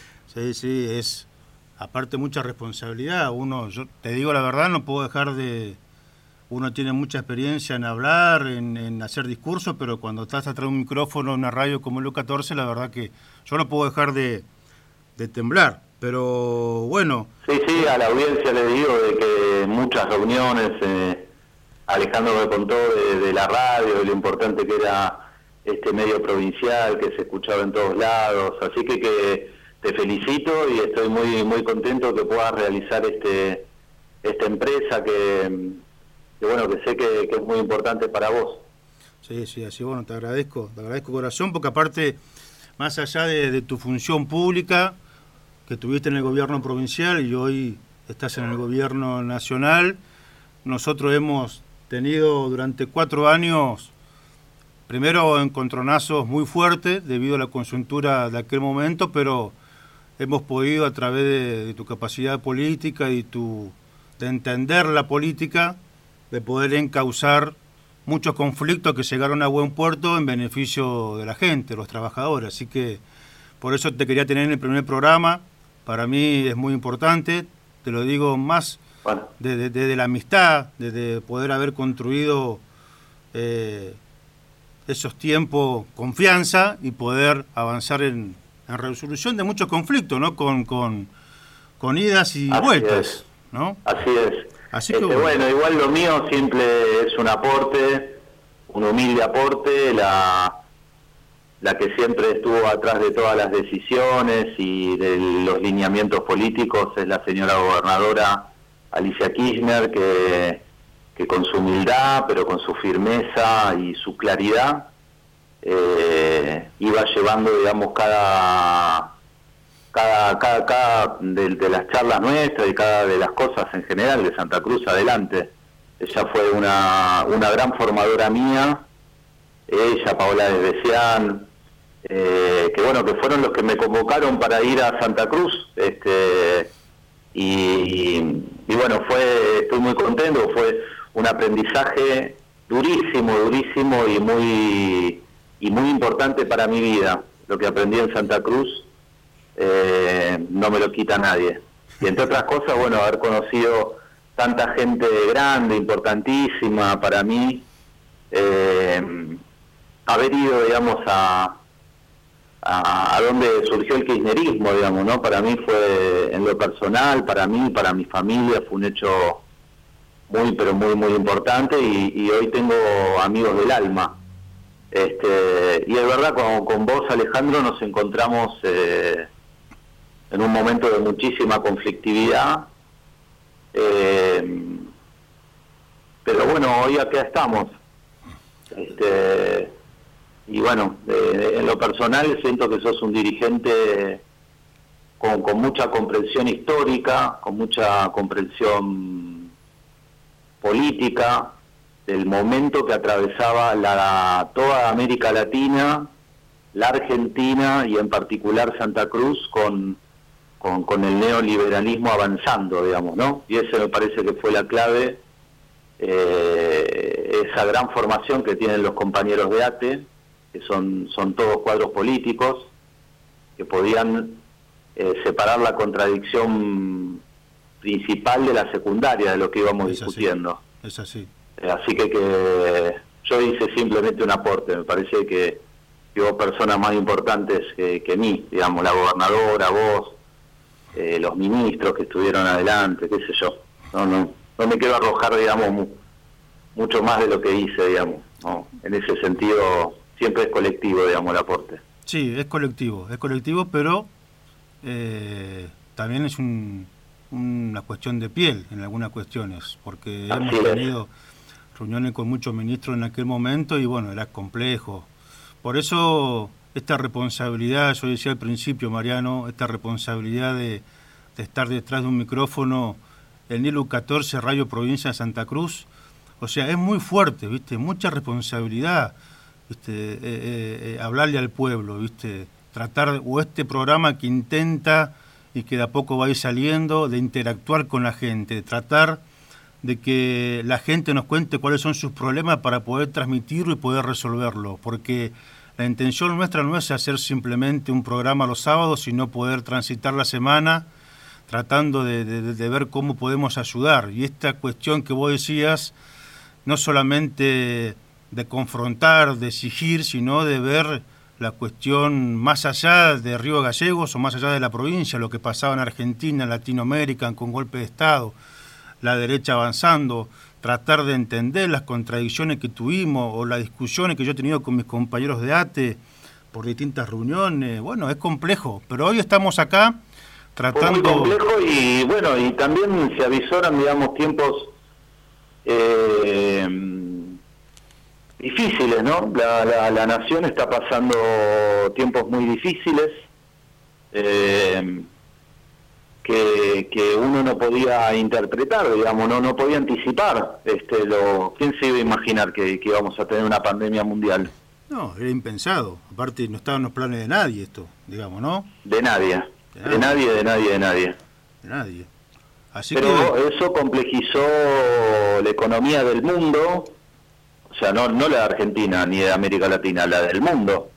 Sí, es aparte mucha responsabilidad. Yo te digo la verdad, no puedo dejar de... Uno tiene mucha experiencia en hablar, en hacer discursos, pero cuando estás atrás de un micrófono en una radio como LU14, la verdad que yo no puedo dejar de temblar. Pero bueno... Sí, a la audiencia le digo de que muchas reuniones, Alejandro me contó de la radio, de lo importante que era este medio provincial, que se escuchaba en todos lados, así que te felicito y estoy muy contento que puedas realizar esta empresa que bueno, que sé que es muy importante para vos. Sí, así bueno, te agradezco corazón, porque aparte, más allá de tu función pública, que tuviste en el gobierno provincial y hoy estás en el gobierno nacional, nosotros hemos tenido durante 4 años, primero encontronazos muy fuertes debido a la coyuntura de aquel momento, pero hemos podido a través de tu capacidad política y de entender la política, de poder encauzar muchos conflictos que llegaron a buen puerto en beneficio de la gente, los trabajadores. Así que por eso te quería tener en el primer programa. Para mí es muy importante, te lo digo más desde la amistad, desde poder haber construido esos tiempos, confianza y poder avanzar en resolución de muchos conflictos, ¿no? Con idas y vueltas, ¿no? Así es. Así que bueno, igual lo mío siempre es un aporte, un humilde aporte, la que siempre estuvo atrás de todas las decisiones y de los lineamientos políticos es la señora gobernadora Alicia Kirchner, que con su humildad, pero con su firmeza y su claridad, iba llevando, digamos, cada de las charlas nuestras y cada de las cosas en general de Santa Cruz adelante. Ella fue una gran formadora mía, ella, Paola Desbesián, que bueno, que fueron los que me convocaron para ir a Santa Cruz, y bueno, estoy muy contento, fue un aprendizaje durísimo y muy importante para mi vida. Lo que aprendí en Santa Cruz no me lo quita nadie. Y entre otras cosas, bueno, haber conocido tanta gente grande, importantísima para mí, haber ido, digamos, a donde surgió el kirchnerismo, digamos, ¿no? Para mí fue, en lo personal, para mí, para mi familia, fue un hecho muy, pero muy importante, y hoy tengo amigos del alma. Y es verdad, con vos, Alejandro, nos encontramos en un momento de muchísima conflictividad, pero bueno, hoy acá estamos. Y bueno, en lo personal siento que sos un dirigente con mucha comprensión histórica, con mucha comprensión política del momento que atravesaba toda América Latina, la Argentina y en particular Santa Cruz con el neoliberalismo avanzando, digamos, ¿no? Y ese me parece que fue la clave, esa gran formación que tienen los compañeros de ATE, que son todos cuadros políticos, que podían separar la contradicción principal de la secundaria, de lo que íbamos discutiendo. Es así. Así que yo hice simplemente un aporte. Me parece que hubo personas más importantes que mí, digamos, la gobernadora, vos, los ministros que estuvieron adelante, qué sé yo. No me quiero arrojar, digamos, mucho más de lo que hice, digamos, ¿no? En ese sentido, siempre es colectivo, digamos, el aporte. Sí, es colectivo, pero también es una cuestión de piel en algunas cuestiones, porque hemos tenido reuniones con muchos ministros en aquel momento y bueno, era complejo. Por eso esta responsabilidad, yo decía al principio, Mariano, esta responsabilidad de estar detrás de un micrófono en NILU 14, Radio Provincia de Santa Cruz, o sea, es muy fuerte, ¿viste? Mucha responsabilidad, ¿viste? Hablarle al pueblo, ¿viste? Tratar, o este programa que intenta y que de a poco va a ir saliendo, de interactuar con la gente, tratar de que la gente nos cuente cuáles son sus problemas para poder transmitirlo y poder resolverlo, porque la intención nuestra no es hacer simplemente un programa los sábados, sino poder transitar la semana tratando de ver cómo podemos ayudar. Y esta cuestión que vos decías, no solamente de confrontar, de exigir, sino de ver la cuestión más allá de Río Gallegos o más allá de la provincia, lo que pasaba en Argentina, en Latinoamérica, con golpe de Estado, la derecha avanzando, tratar de entender las contradicciones que tuvimos o las discusiones que yo he tenido con mis compañeros de ATE por distintas reuniones. Bueno, es complejo, pero hoy estamos acá tratando... Fue muy complejo y bueno, y también se avisoran, digamos, tiempos difíciles, ¿no? La nación está pasando tiempos muy difíciles, que uno no podía interpretar, digamos, no podía anticipar. ¿Quién se iba a imaginar que íbamos a tener una pandemia mundial? No, era impensado. Aparte, no estaba en los planes de nadie esto, digamos, ¿no? De nadie. De nadie. Pero eso complejizó la economía del mundo, o sea, no la de Argentina ni de América Latina, la del mundo.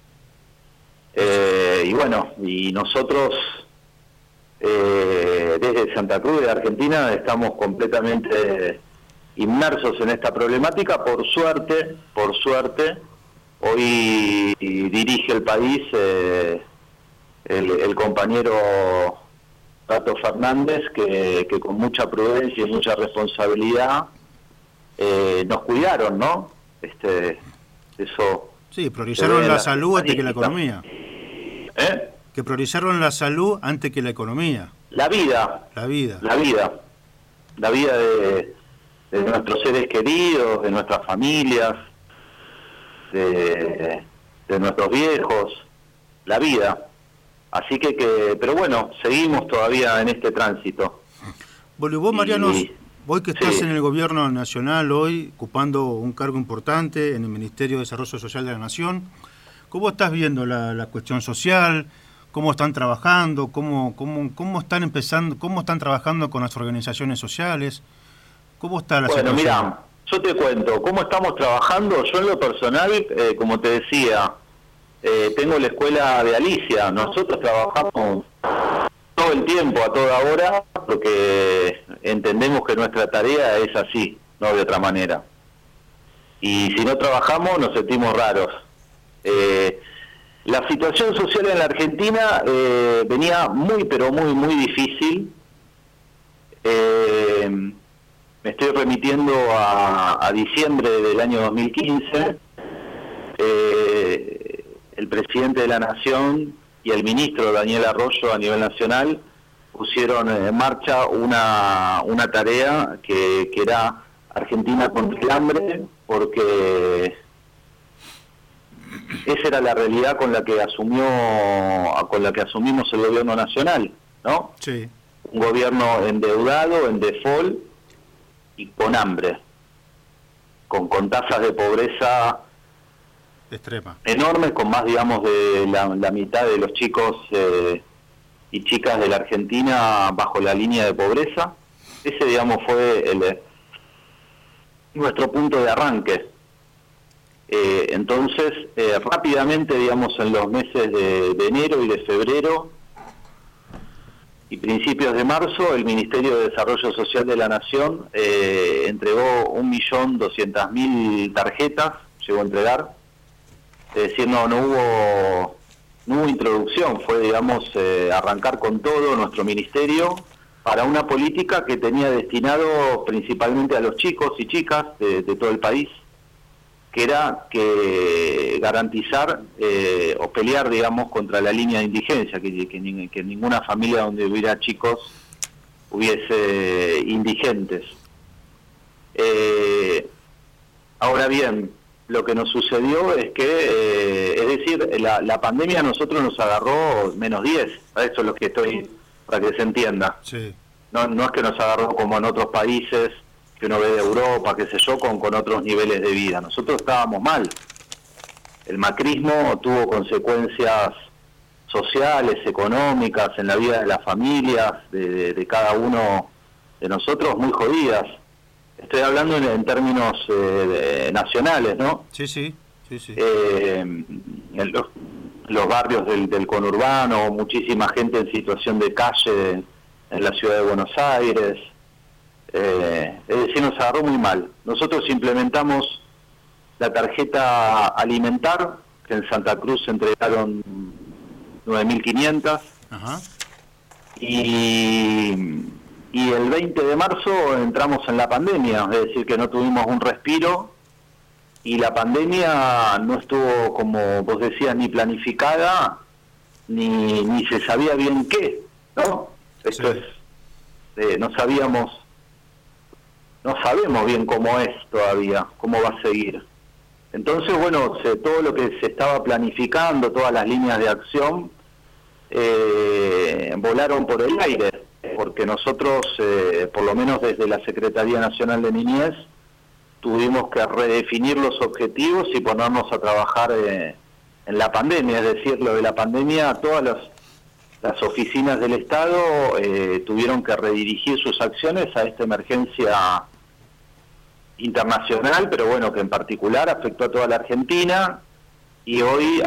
Y bueno, y nosotros desde Santa Cruz de Argentina estamos completamente inmersos en esta problemática. Por suerte, hoy dirige el país el compañero Tato Fernández, que con mucha prudencia y mucha responsabilidad nos cuidaron, ¿no? Eso. Sí, priorizaron la salud antes que la economía. Que priorizaron la salud antes que la economía. La vida de nuestros seres queridos, de nuestras familias, de nuestros viejos, la vida. Así que pero bueno, seguimos todavía en este tránsito. Bueno, vos, Mariano, Vos que estás Sí. en el gobierno nacional hoy, ocupando un cargo importante en el Ministerio de Desarrollo Social de la Nación, ¿cómo estás viendo la cuestión social? ¿Cómo están trabajando? ¿Cómo están empezando? ¿Cómo están trabajando con las organizaciones sociales? ¿Cómo está la Bueno, situación? mira, yo te cuento, ¿cómo estamos trabajando? Yo en lo personal, como te decía, tengo la escuela de Alicia. Nosotros trabajamos todo el tiempo, a toda hora, porque entendemos que nuestra tarea es así, no de otra manera. Y si no trabajamos, nos sentimos raros. La situación social en la Argentina venía muy, pero muy, muy difícil. Me estoy remitiendo a diciembre del año 2015. El presidente de la Nación y el ministro Daniel Arroyo a nivel nacional pusieron en marcha una tarea que era Argentina contra el hambre, porque esa era la realidad con la que asumimos el gobierno nacional, ¿no? Sí. Un gobierno endeudado, en default y con hambre, con tasas de pobreza extrema, enormes, con más, digamos, de la mitad de los chicos y chicas de la Argentina bajo la línea de pobreza. Ese, digamos, fue nuestro punto de arranque. Entonces, rápidamente, digamos, en los meses de enero y de febrero y principios de marzo, el Ministerio de Desarrollo Social de la Nación entregó 1.200.000 tarjetas, llegó a entregar. Es decir, no hubo introducción, fue, digamos, arrancar con todo nuestro ministerio para una política que tenía destinado principalmente a los chicos y chicas de todo el país, que era que garantizar o pelear, digamos, contra la línea de indigencia, que ninguna familia donde hubiera chicos hubiese indigentes. Ahora bien, lo que nos sucedió es que, es decir, la pandemia a nosotros nos agarró -10, eso es lo que estoy, para que se entienda. Sí. No es que nos agarró como en otros países que uno ve de Europa, qué sé yo, con otros niveles de vida. Nosotros estábamos mal. El macrismo tuvo consecuencias sociales, económicas, en la vida de las familias, de cada uno de nosotros, muy jodidas. Estoy hablando en términos nacionales, ¿no? Sí. En los barrios del conurbano, muchísima gente en situación de calle en la ciudad de Buenos Aires. Es decir, nos agarró muy mal. Nosotros implementamos la tarjeta alimentar, que en Santa Cruz se entregaron 9.500. Ajá. Y el 20 de marzo entramos en la pandemia, es decir, que no tuvimos un respiro, y la pandemia no estuvo, como vos decías, ni planificada, ni se sabía bien qué, ¿no? Esto Sí. es, no sabemos bien cómo es todavía, cómo va a seguir. Entonces, bueno, todo lo que se estaba planificando, todas las líneas de acción, volaron por el aire, porque nosotros, por lo menos desde la Secretaría Nacional de Niñez, tuvimos que redefinir los objetivos y ponernos a trabajar en la pandemia. Es decir, lo de la pandemia, todas las oficinas del Estado tuvieron que redirigir sus acciones a esta emergencia internacional, pero bueno, que en particular afectó a toda la Argentina, y hoy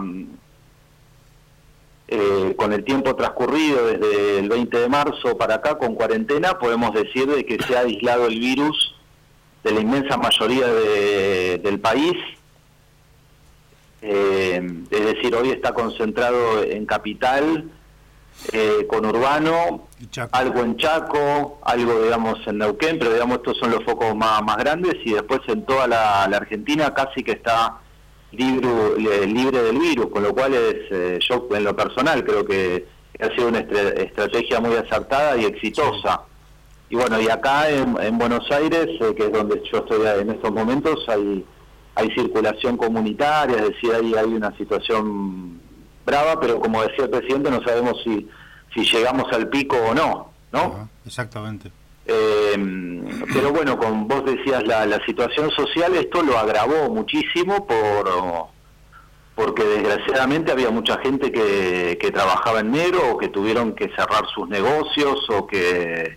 con el tiempo transcurrido desde el 20 de marzo para acá, con cuarentena, podemos decir de que se ha aislado el virus de la inmensa mayoría del país. Es decir, hoy está concentrado en Capital, conurbano, algo en Chaco, algo, digamos, en Neuquén, pero, digamos, estos son los focos más grandes, y después en toda la Argentina casi que está libre del virus, con lo cual yo en lo personal creo que ha sido una estrategia muy acertada y exitosa. Y bueno, y acá en Buenos Aires, que es donde yo estoy en estos momentos, hay circulación comunitaria, es decir, hay una situación brava, pero como decía el presidente, no sabemos si llegamos al pico o no, ¿no? Ajá, exactamente. Pero bueno, como vos decías, la situación social, esto lo agravó muchísimo porque desgraciadamente había mucha gente que trabajaba en negro o que tuvieron que cerrar sus negocios o que,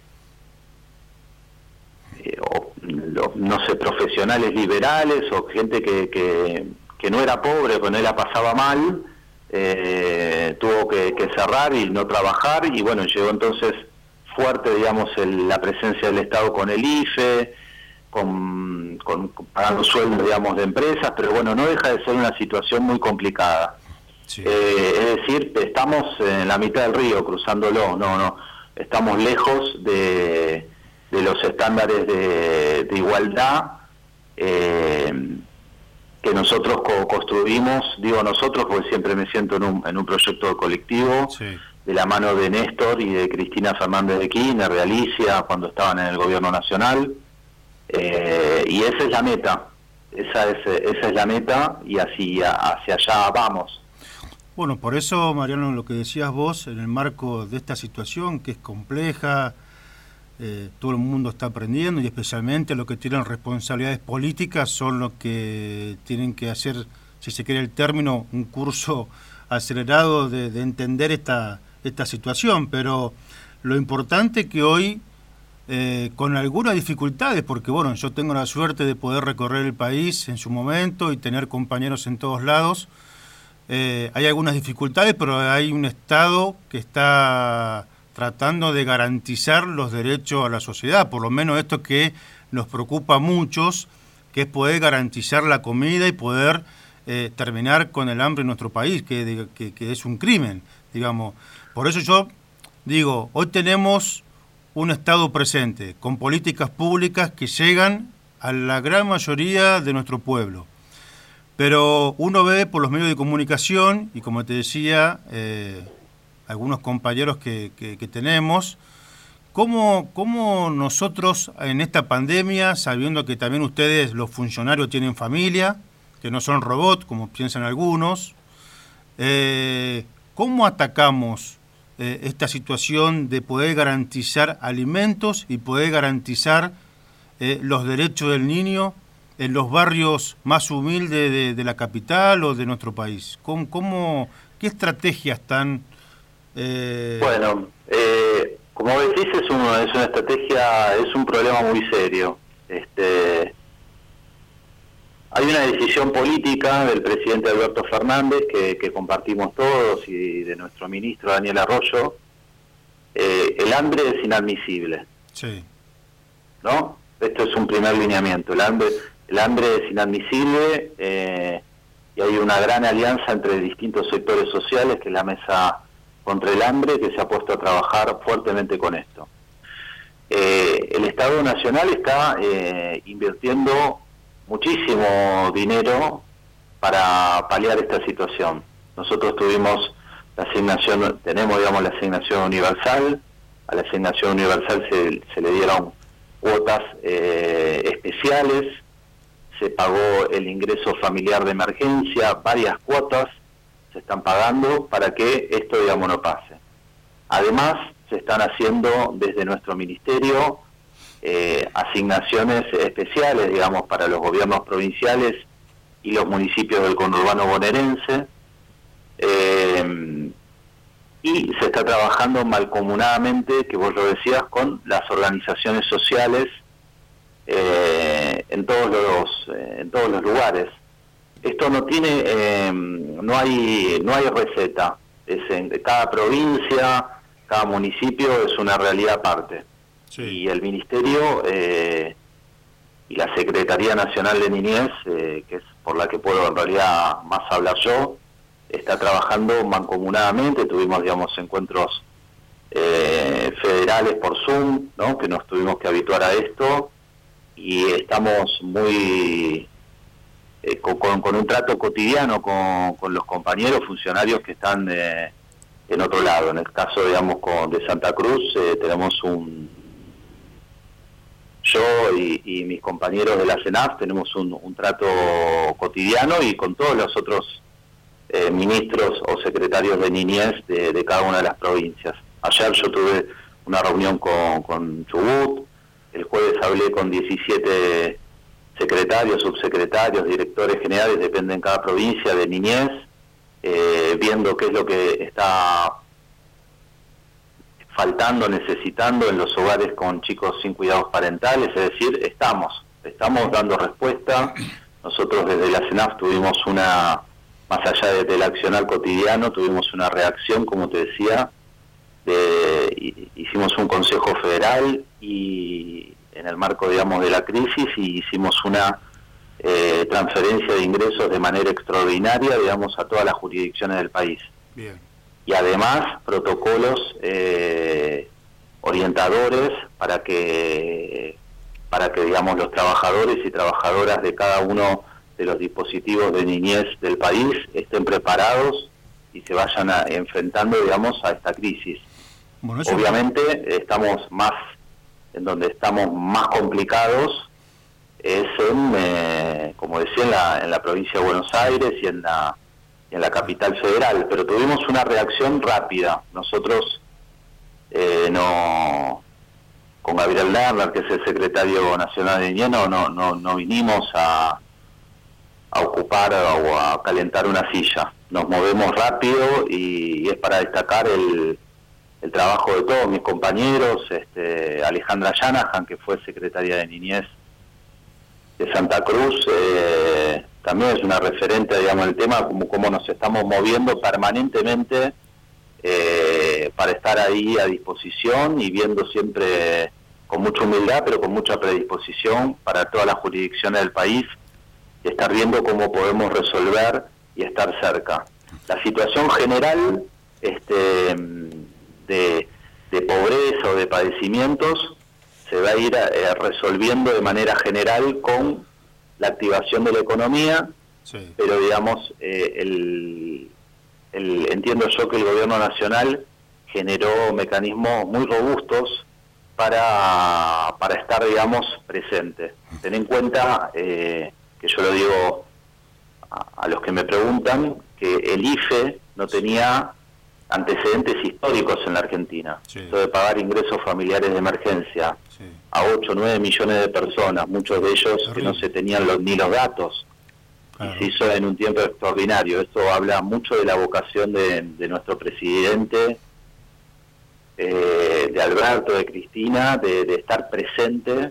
no sé, profesionales liberales o gente que no era pobre, que no la pasaba mal, tuvo que cerrar y no trabajar, y bueno, llegó entonces fuerte, digamos, la presencia del Estado con el IFE, con pagando sueldos, digamos, de empresas, pero bueno, no deja de ser una situación muy complicada. Sí. Es decir, estamos en la mitad del río, cruzándolo, no, estamos lejos de los estándares de igualdad que nosotros construimos, digo nosotros porque siempre me siento en un proyecto colectivo, sí, de la mano de Néstor y de Cristina Fernández de Kirchner, de Alicia, cuando estaban en el gobierno nacional, y esa es la meta, esa es la meta, y así hacia allá vamos. Bueno, por eso, Mariano, lo que decías vos, en el marco de esta situación que es compleja, todo el mundo está aprendiendo, y especialmente los que tienen responsabilidades políticas son los que tienen que hacer, si se quiere el término, un curso acelerado de entender esta situación. Pero lo importante que hoy, con algunas dificultades, porque bueno, yo tengo la suerte de poder recorrer el país en su momento y tener compañeros en todos lados, hay algunas dificultades, pero hay un Estado que está tratando de garantizar los derechos a la sociedad, por lo menos esto que nos preocupa a muchos, que es poder garantizar la comida y poder terminar con el hambre en nuestro país, que es un crimen, digamos. Por eso yo digo, hoy tenemos un Estado presente, con políticas públicas que llegan a la gran mayoría de nuestro pueblo. Pero uno ve por los medios de comunicación, y como te decía, algunos compañeros que tenemos, cómo nosotros en esta pandemia, sabiendo que también ustedes, los funcionarios, tienen familia, que no son robots, como piensan algunos, ¿cómo atacamos esta situación de poder garantizar alimentos y poder garantizar los derechos del niño en los barrios más humildes de la capital o de nuestro país? ¿Qué estrategias están? Bueno, como decís, es una estrategia, es un problema muy serio. Hay una decisión política del presidente Alberto Fernández que compartimos todos, y de nuestro ministro Daniel Arroyo. El hambre es inadmisible. Sí. ¿No? Esto es un primer lineamiento. El hambre es inadmisible, y hay una gran alianza entre distintos sectores sociales, que es la Mesa contra el Hambre, que se ha puesto a trabajar fuertemente con esto. El Estado Nacional está invirtiendo muchísimo dinero para paliar esta situación. Nosotros tenemos la asignación universal. A la asignación universal se le dieron cuotas especiales, se pagó el ingreso familiar de emergencia, varias cuotas se están pagando para que esto, digamos, no pase. Además, se están haciendo desde nuestro ministerio asignaciones especiales, digamos, para los gobiernos provinciales y los municipios del conurbano bonaerense, y se está trabajando mancomunadamente, que vos lo decías, con las organizaciones sociales en todos los lugares. Esto no tiene, no hay receta. Es en cada provincia, cada municipio es una realidad aparte. Sí. Y el Ministerio y la Secretaría Nacional de Niñez, que es por la que puedo en realidad más hablar yo, está trabajando mancomunadamente. Tuvimos, digamos, encuentros federales por Zoom, ¿no?, que nos tuvimos que habituar a esto, y estamos muy con un trato cotidiano con los compañeros funcionarios que están en otro lado. En el caso, digamos, de Santa Cruz, tenemos yo y mis compañeros de la CENAF tenemos un trato cotidiano, y con todos los otros ministros o secretarios de niñez de cada una de las provincias. Ayer yo tuve una reunión con Chubut, hablé con 17 secretarios, subsecretarios, directores generales, depende en cada provincia, de niñez, viendo qué es lo que está faltando, necesitando en los hogares con chicos sin cuidados parentales, es decir, estamos dando respuesta. Nosotros desde la CENAF tuvimos más allá del accionar cotidiano, tuvimos una reacción, como te decía, hicimos un consejo federal y en el marco, digamos, de la crisis, y hicimos una transferencia de ingresos de manera extraordinaria, digamos, a todas las jurisdicciones del país. Bien. Y además protocolos orientadores para que digamos los trabajadores y trabajadoras de cada uno de los dispositivos de niñez del país estén preparados y se vayan enfrentando, digamos, a esta crisis. Bueno, obviamente estamos en donde estamos más complicados es como decía, en la provincia de Buenos Aires y en la capital federal, pero tuvimos una reacción rápida. Nosotros con Gabriel Lerner, que es el secretario nacional de niñez, no vinimos a ocupar o a calentar una silla. Nos movemos rápido y es para destacar el trabajo de todos mis compañeros. Alejandra Yanahan, que fue secretaria de niñez de Santa Cruz, también es una referente, digamos, el tema, cómo nos estamos moviendo permanentemente para estar ahí a disposición y viendo siempre con mucha humildad, pero con mucha predisposición para todas las jurisdicciones del país, y estar viendo cómo podemos resolver y estar cerca. La situación general de pobreza o de padecimientos se va a ir resolviendo de manera general con la activación de la economía, sí. Pero digamos, entiendo yo que el gobierno nacional generó mecanismos muy robustos para estar, digamos, presente. Ten en cuenta, que yo lo digo a los que me preguntan, que el IFE no tenía antecedentes históricos en la Argentina. Sí. Esto de pagar ingresos familiares de emergencia, sí, a 8 o 9 millones de personas, muchos de ellos que no se tenían ni los datos, claro. Y se hizo en un tiempo extraordinario. Esto habla mucho de la vocación de nuestro presidente, de Alberto, de Cristina, de estar presente,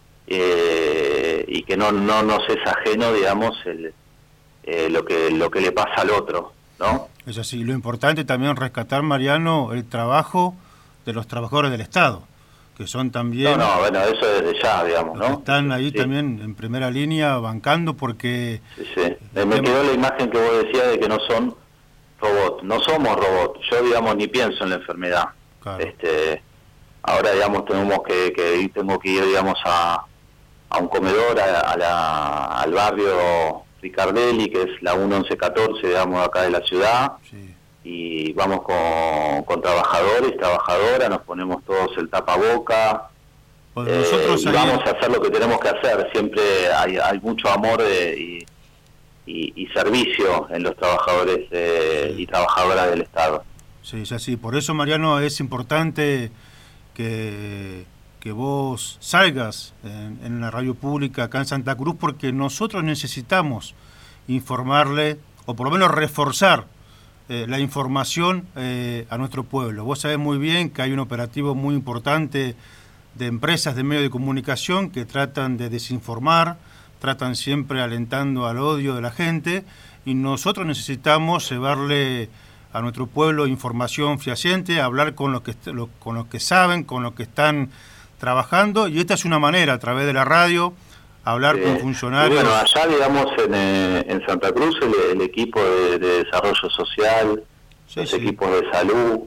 y que no nos es ajeno, digamos, lo que le pasa al otro, ¿no? Es así. Lo importante también rescatar, Mariano, el trabajo de los trabajadores del Estado, que son también... bueno, eso desde ya, digamos, ¿no? Están ahí, sí, también en primera línea bancando porque... Sí. Me quedó la imagen que vos decías de que no son robots. No somos robots. Yo, digamos, ni pienso en la enfermedad. Claro. Ahora, digamos, tengo que ir, digamos, a un comedor, al barrio Ricardelli, que es la 1114, digamos, acá de la ciudad, sí, y vamos con trabajadores, trabajadoras, nos ponemos todos el tapaboca, y vamos a hacer lo que tenemos que hacer. Siempre hay mucho amor y servicio en los trabajadores y trabajadoras del Estado. Sí, es así. Por eso, Mariano, es importante que vos salgas en la radio pública acá en Santa Cruz, porque nosotros necesitamos informarle, o por lo menos reforzar la información a nuestro pueblo. Vos sabés muy bien que hay un operativo muy importante de empresas de medios de comunicación que tratan de desinformar, tratan siempre alentando al odio de la gente, y nosotros necesitamos llevarle a nuestro pueblo información fehaciente, hablar con los que saben, con los que están trabajando, y esta es una manera, a través de la radio, hablar con funcionarios. Bueno, allá, digamos, en Santa Cruz, el equipo de desarrollo social, sí, los equipos de salud,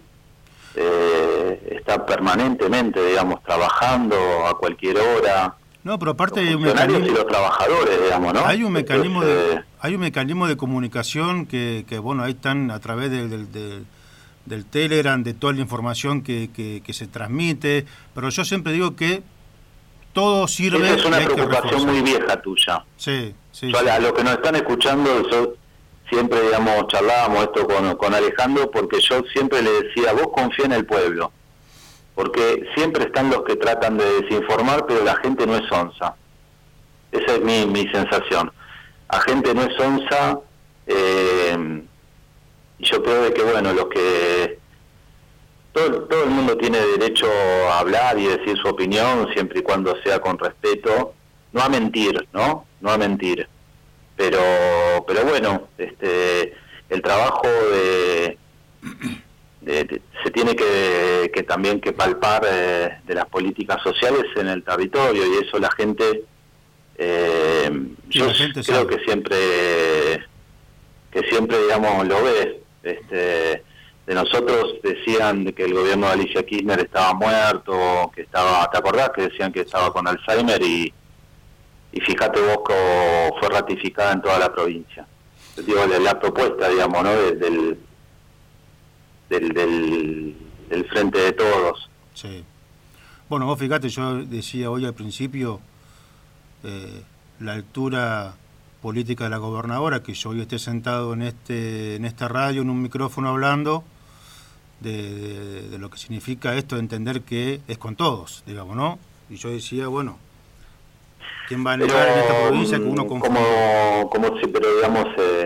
está permanentemente, digamos, trabajando a cualquier hora. No, pero aparte hay un mecanismo, y los trabajadores, digamos, ¿no? Hay un mecanismo de comunicación que bueno, ahí están a través del Telegram, de toda la información que se transmite, pero yo siempre digo que todo sirve. Esa es una preocupación muy vieja tuya. Sí. A los que nos están escuchando, yo siempre, digamos, charlábamos esto con Alejandro, porque yo siempre le decía, vos confía en el pueblo, porque siempre están los que tratan de desinformar, pero la gente no es onza. Esa es mi sensación. La gente no es onza, y yo creo de que, bueno, los que... Todo el mundo tiene derecho a hablar y decir su opinión, siempre y cuando sea con respeto, no a mentir, ¿no? No a mentir. Pero bueno, el trabajo se tiene que también que palpar de las políticas sociales en el territorio, y eso la gente, yo creo que siempre digamos lo ve. De nosotros decían que el gobierno de Alicia Kirchner estaba muerto, que estaba, ¿te acordás? Que decían que estaba con Alzheimer, y fíjate vos que fue ratificada en toda la provincia. Digo, la propuesta, digamos, ¿no? del Frente de Todos. Sí. Bueno, vos fíjate, yo decía hoy al principio, la altura política de la gobernadora, que yo hoy esté sentado en esta radio, en un micrófono hablando de lo que significa esto, de entender que es con todos, digamos, ¿no? Y yo decía, bueno, ¿quién va a negar en esta provincia que uno confunde? Como si, pero digamos,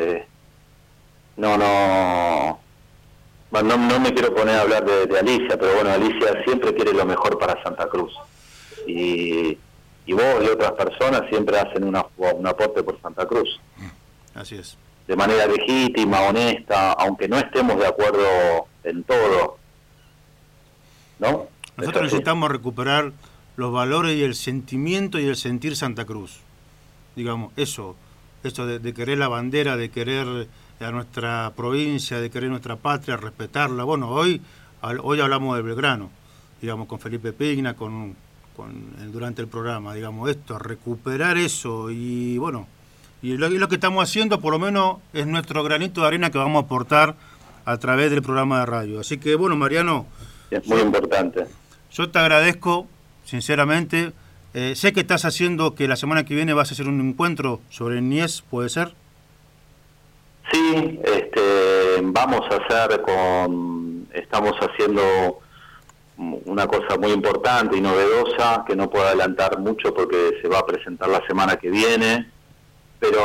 no me quiero poner a hablar de Alicia, pero bueno, Alicia siempre quiere lo mejor para Santa Cruz. Y vos y otras personas siempre hacen un aporte por Santa Cruz. Así es. De manera legítima, honesta, aunque no estemos de acuerdo en todo, ¿no? Nosotros necesitamos recuperar los valores y el sentimiento y el sentir Santa Cruz. Digamos, eso de querer la bandera, de querer a nuestra provincia, de querer nuestra patria, respetarla. Bueno, hoy hablamos de Belgrano, digamos, con Felipe Pigna, durante el programa, digamos, recuperar eso, y bueno, y lo que estamos haciendo, por lo menos, es nuestro granito de arena que vamos a aportar a través del programa de radio. Así que, bueno, Mariano, es muy importante. Yo te agradezco, sinceramente. Sé que estás haciendo, que la semana que viene vas a hacer un encuentro sobre niñez, ¿puede ser? Sí, vamos a hacer estamos haciendo una cosa muy importante y novedosa, que no puedo adelantar mucho porque se va a presentar la semana que viene, pero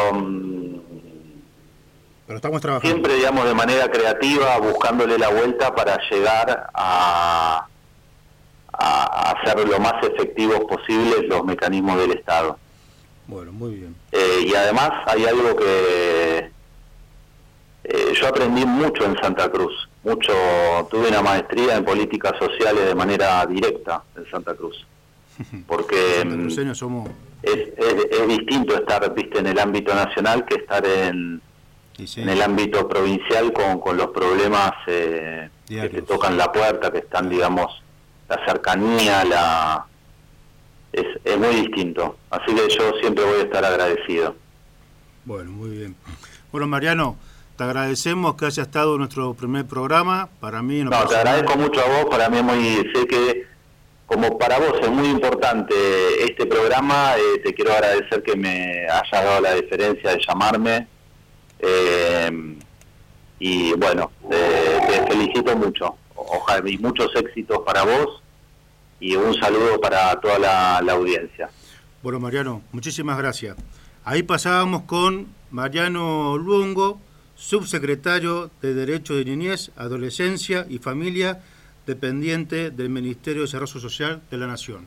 estamos trabajando siempre, digamos, de manera creativa, buscándole la vuelta para llegar a hacer lo más efectivos posibles los mecanismos del Estado. Bueno, muy bien. Y además hay algo que yo aprendí mucho en Santa Cruz, tuve una maestría en políticas sociales de manera directa en Santa Cruz, porque es distinto estar, viste, en el ámbito nacional que estar en el ámbito provincial con los problemas que te tocan la puerta, que están, digamos, la cercanía, es muy distinto, así que yo siempre voy a estar agradecido. Bueno, muy bien. Bueno, Mariano, te agradecemos que haya estado en nuestro primer programa. Para mí te agradezco mucho a vos. Para mí sé que como para vos es muy importante este programa. Te quiero agradecer que me hayas dado la deferencia de llamarme, y bueno, te felicito mucho. Ojalá y muchos éxitos para vos, y un saludo para toda la audiencia. Bueno, Mariano, muchísimas gracias. Ahí pasábamos con Mariano Luongo, subsecretario de Derechos de Niñez, Adolescencia y Familia, dependiente del Ministerio de Desarrollo Social de la Nación.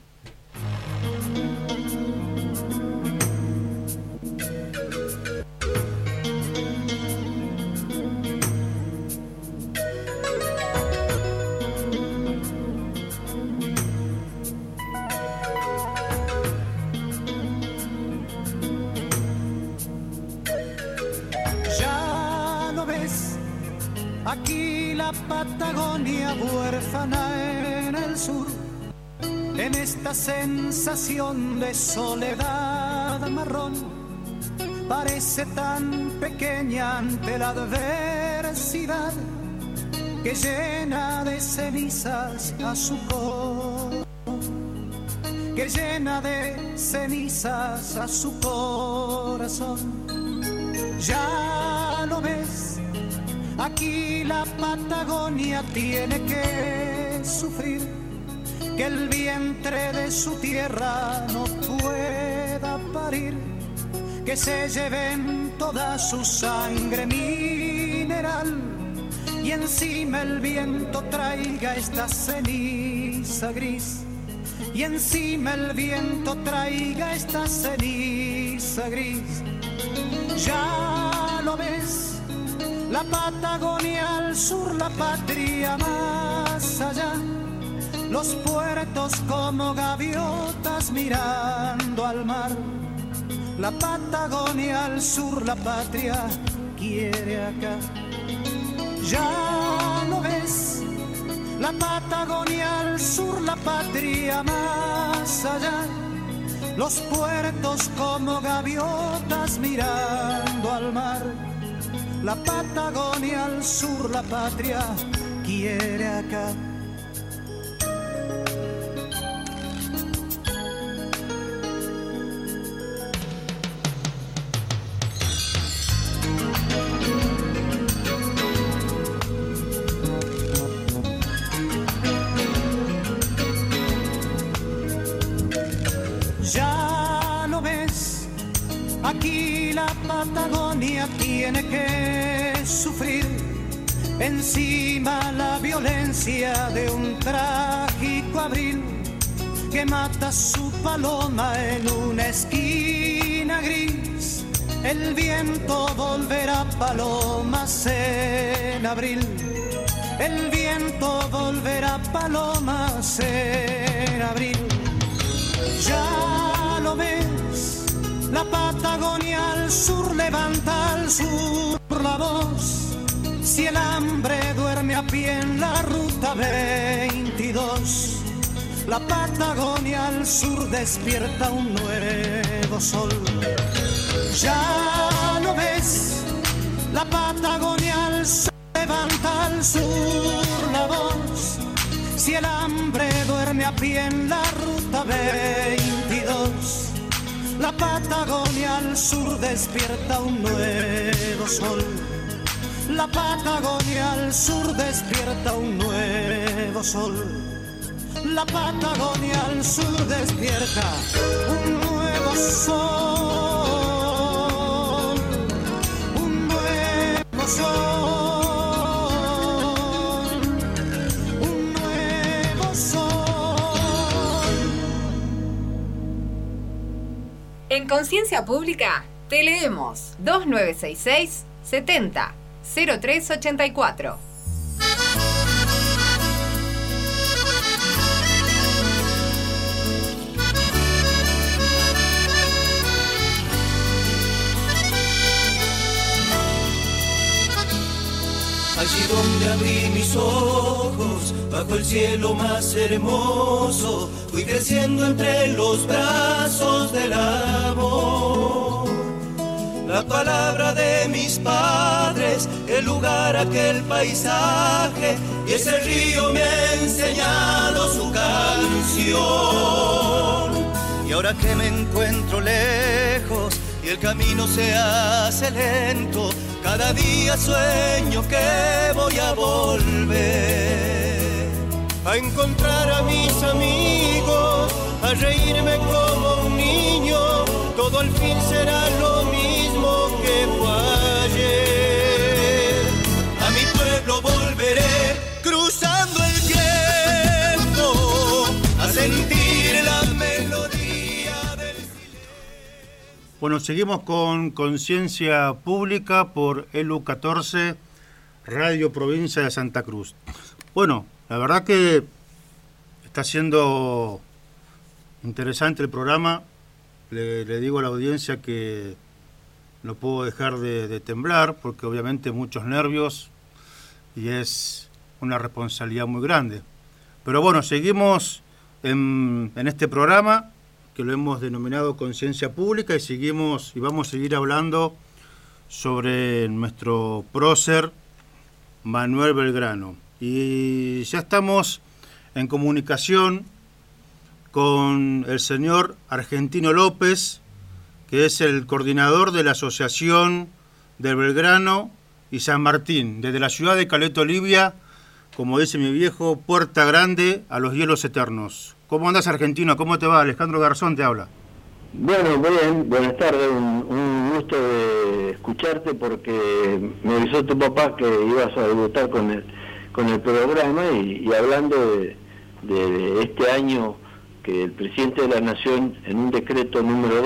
Aquí la Patagonia huérfana en el sur, en esta sensación de soledad marrón, parece tan pequeña ante la adversidad que llena de cenizas a su corazón, que llena de cenizas a su corazón. Ya lo ves, aquí la Patagonia tiene que sufrir que el vientre de su tierra no pueda parir, que se lleven toda su sangre mineral y encima el viento traiga esta ceniza gris, y encima el viento traiga esta ceniza gris. Ya lo ves, la Patagonia al sur, la patria más allá, los puertos como gaviotas mirando al mar. La Patagonia al sur, la patria quiere acá. Ya lo ves, la Patagonia al sur, la patria más allá, los puertos como gaviotas mirando al mar. La Patagonia al sur, la patria quiere acá. Ya lo ves, aquí la Patagonia tiene que sufrir encima la violencia de un trágico abril que mata su paloma en una esquina gris. El viento volverá palomas en abril, el viento volverá palomas en abril. Ya lo ves, la Patagonia al sur levanta al sur la voz. Si el hambre duerme a pie en la ruta 22, la Patagonia al sur despierta un nuevo sol. Ya lo ves, la Patagonia al sur levanta al sur la voz. Si el hambre duerme a pie en la ruta 22, la Patagonia al sur despierta un nuevo sol. La Patagonia al sur despierta un nuevo sol. La Patagonia al sur despierta un nuevo sol. Un nuevo sol. En Conciencia Pública te leemos 2966 70 0384. Allí donde abrí mis ojos, bajo el cielo más hermoso, fui creciendo entre los brazos del amor. La palabra de mis padres, el lugar, aquel paisaje, y ese río me ha enseñado su canción. Y ahora que me encuentro lejos y el camino se hace lento, cada día sueño que voy a volver, a encontrar a mis amigos, a reírme como un niño. Todo al fin será lo mismo que fue ayer. A mi pueblo volveré, cruzando el tiempo, a sentir la melodía del silencio. Bueno, seguimos con Conciencia Pública por ELU 14, Radio Provincia de Santa Cruz. Bueno, la verdad que está siendo interesante el programa. Le digo a la audiencia que no puedo dejar de temblar, porque obviamente muchos nervios y es una responsabilidad muy grande. Pero bueno, seguimos en este programa que lo hemos denominado Conciencia Pública, y vamos a seguir hablando sobre nuestro prócer Manuel Belgrano. Y ya estamos en comunicación con el señor Argentino López, que es el coordinador de la Asociación del Belgrano y San Martín, desde la ciudad de Caleta Olivia, como dice mi viejo, puerta grande a los hielos eternos. ¿Cómo andás, argentino? ¿Cómo te va? Alejandro Garzón te habla. Bueno, bien, buenas tardes, un gusto de escucharte porque me avisó tu papá que ibas a debutar con el programa y hablando de este año que el presidente de la Nación en un decreto número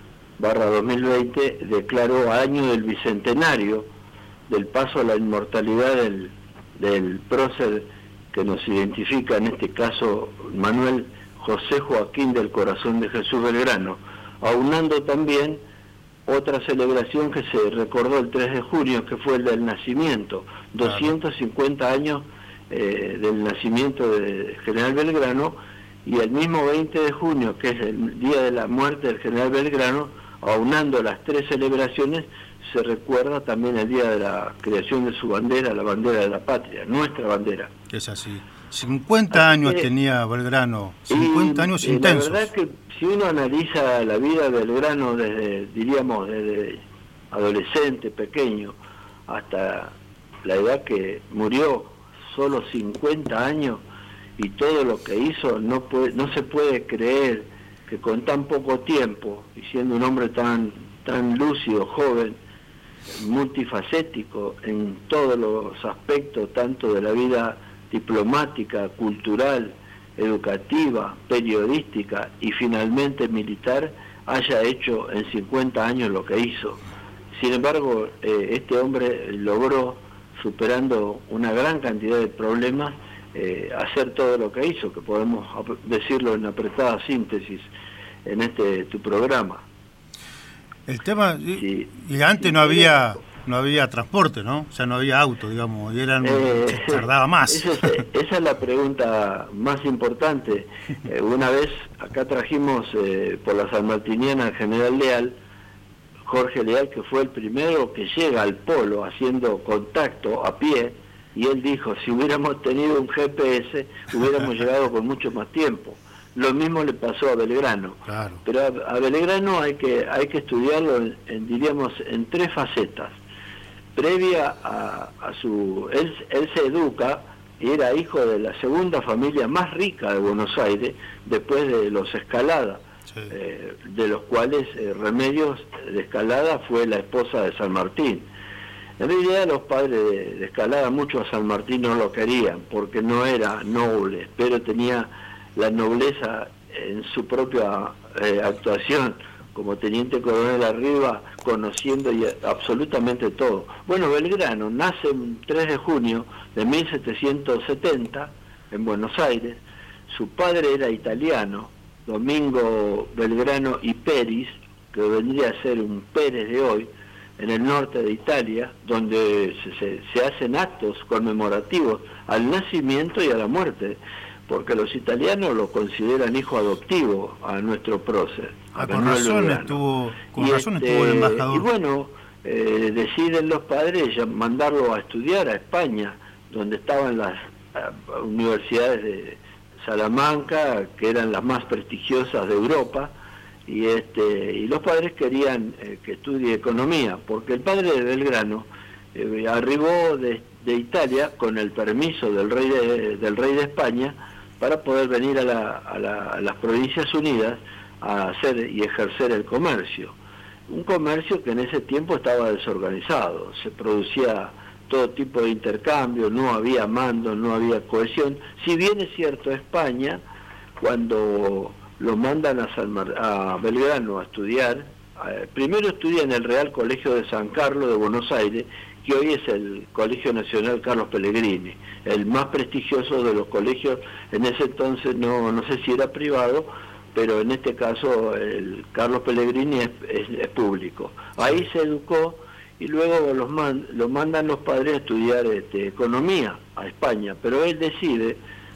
2/2020 declaró año del bicentenario del paso a la inmortalidad del prócer que nos identifica, en este caso Manuel José Joaquín del Corazón de Jesús Belgrano, aunando también otra celebración que se recordó el 3 de junio, que fue el del nacimiento, 250 años del nacimiento de General Belgrano, y el mismo 20 de junio, que es el día de la muerte del General Belgrano, aunando las tres celebraciones, se recuerda también el día de la creación de su bandera, la bandera de la patria, nuestra bandera. Es así. 50 años tenía Belgrano, 50 años intensos. La verdad que si uno analiza la vida de Belgrano desde adolescente, pequeño, hasta la edad que murió, solo 50 años, y todo lo que hizo, no se puede creer que con tan poco tiempo, y siendo un hombre tan lúcido, joven, multifacético en todos los aspectos, tanto de la vida diplomática, cultural, educativa, periodística y finalmente militar, haya hecho en 50 años lo que hizo. Sin embargo, este hombre logró, superando una gran cantidad de problemas, hacer todo lo que hizo, que podemos decirlo en apretada síntesis en tu programa. El tema, y antes no había transporte, ¿no? O sea, no había auto, digamos, y tardaba más. Esa es la pregunta más importante. Una vez acá trajimos por la sanmartiniana al general Leal, Jorge Leal, que fue el primero que llega al polo haciendo contacto a pie, y él dijo, si hubiéramos tenido un GPS, hubiéramos llegado con mucho más tiempo. Lo mismo le pasó a Belgrano. Claro. Pero a Belgrano hay que estudiarlo diríamos en tres facetas. Previa a su... Él se educa y era hijo de la segunda familia más rica de Buenos Aires, después de los Escalada, sí. De los cuales Remedios de Escalada fue la esposa de San Martín. En realidad los padres de Escalada, muchos a San Martín no lo querían, porque no era noble, pero tenía la nobleza en su propia actuación como teniente coronel arriba, conociendo absolutamente todo. Bueno, Belgrano nace el 3 de junio de 1770 en Buenos Aires. Su padre era italiano, Domingo Belgrano y Peris, que vendría a ser un Pérez de hoy, en el norte de Italia, donde se hacen actos conmemorativos al nacimiento y a la muerte, porque los italianos lo consideran hijo adoptivo a nuestro prócer. Con razón estuvo el embajador. Y bueno, deciden los padres mandarlo a estudiar a España, donde estaban las universidades de Salamanca, que eran las más prestigiosas de Europa, y los padres querían que estudie economía, porque el padre de Belgrano arribó de Italia con el permiso del rey de España para poder venir a las Provincias Unidas a hacer y ejercer el comercio. Un comercio que en ese tiempo estaba desorganizado, se producía todo tipo de intercambio, no había mando, no había cohesión. Si bien es cierto, España, cuando lo mandan a Belgrano a estudiar, primero estudia en el Real Colegio de San Carlos de Buenos Aires, que hoy es el Colegio Nacional Carlos Pellegrini, el más prestigioso de los colegios. En ese entonces no sé si era privado, pero en este caso el Carlos Pellegrini es público. Ahí se educó y luego lo mandan los padres a estudiar economía a España, pero él decide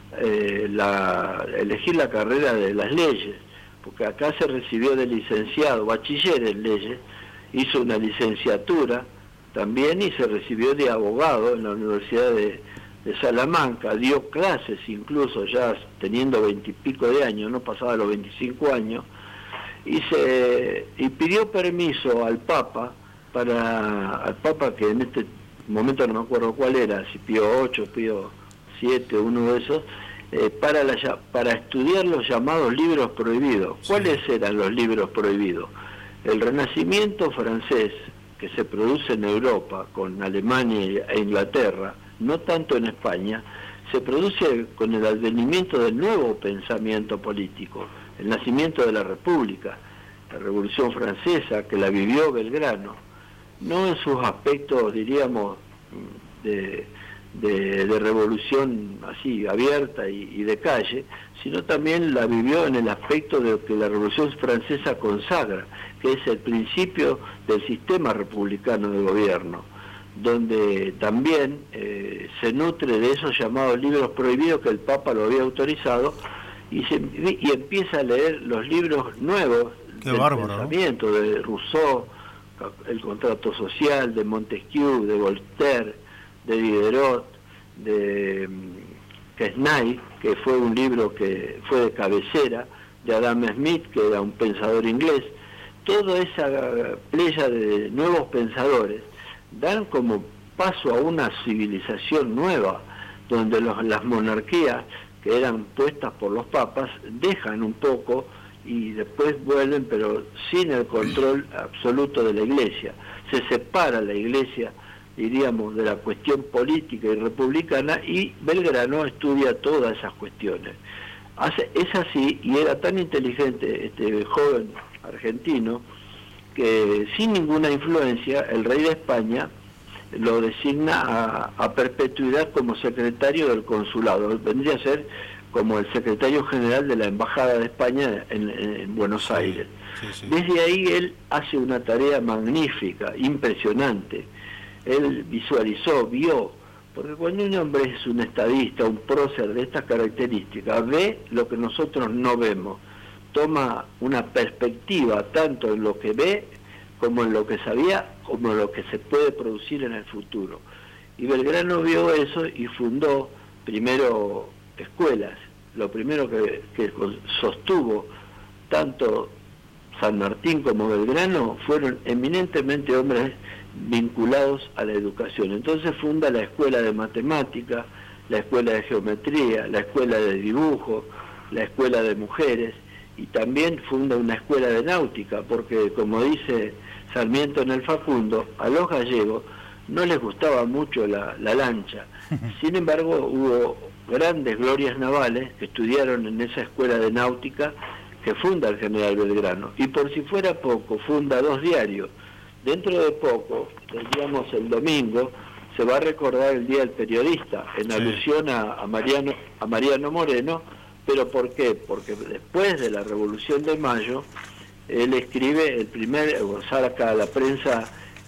elegir la carrera de las leyes, porque acá se recibió de licenciado, bachiller en leyes, hizo una licenciatura también y se recibió de abogado en la Universidad de Salamanca, dio clases incluso ya teniendo 20 y pico de años, no pasaba los 25 años, y pidió permiso al Papa, que en este momento no me acuerdo cuál era, si Pío VIII, Pío 7, uno de esos, para estudiar los llamados libros prohibidos. ¿Cuáles eran los libros prohibidos? El Renacimiento francés, que se produce en Europa con Alemania e Inglaterra, no tanto en España, se produce con el advenimiento del nuevo pensamiento político, el nacimiento de la República, la Revolución Francesa, que la vivió Belgrano, no en sus aspectos, diríamos, de revolución así abierta y de calle, sino también la vivió en el aspecto de que la Revolución Francesa consagra, que es el principio del sistema republicano de gobierno, donde también se nutre de esos llamados libros prohibidos que el Papa lo había autorizado, y empieza a leer los libros nuevos del pensamiento, ¿no? De Rousseau, el contrato social, de Montesquieu, de Voltaire, de Diderot, de Quesnay, que fue un libro que fue de cabecera, de Adam Smith, que era un pensador inglés. Toda esa playa de nuevos pensadores dan como paso a una civilización nueva, donde las monarquías que eran puestas por los papas dejan un poco y después vuelven, pero sin el control absoluto de la Iglesia. Se separa la Iglesia, diríamos, de la cuestión política y republicana, y Belgrano estudia todas esas cuestiones. Es así, y era tan inteligente este joven argentino, que sin ninguna influencia el rey de España lo designa a perpetuidad como secretario del consulado. Vendría a ser como el secretario general de la Embajada de España en Buenos Aires. Desde ahí él hace una tarea magnífica, impresionante. Él vio, porque cuando un hombre es un estadista, un prócer de estas características, ve lo que nosotros no vemos, toma una perspectiva tanto en lo que ve como en lo que sabía, como en lo que se puede producir en el futuro. Y Belgrano vio eso y fundó primero escuelas. Lo primero que sostuvo tanto San Martín como Belgrano fueron eminentemente hombres vinculados a la educación. Entonces funda la escuela de matemática, la escuela de geometría, la escuela de dibujo, la escuela de mujeres, y también funda una escuela de náutica, porque como dice Sarmiento en el Facundo, a los gallegos no les gustaba mucho la lancha. Sin embargo, hubo grandes glorias navales que estudiaron en esa escuela de náutica que funda el general Belgrano. Y por si fuera poco, funda 2 diarios. Dentro de poco, digamos el domingo, se va a recordar el Día del Periodista, en alusión a Mariano Moreno. ¿Pero por qué? Porque después de la Revolución de Mayo, él escribe saca a la prensa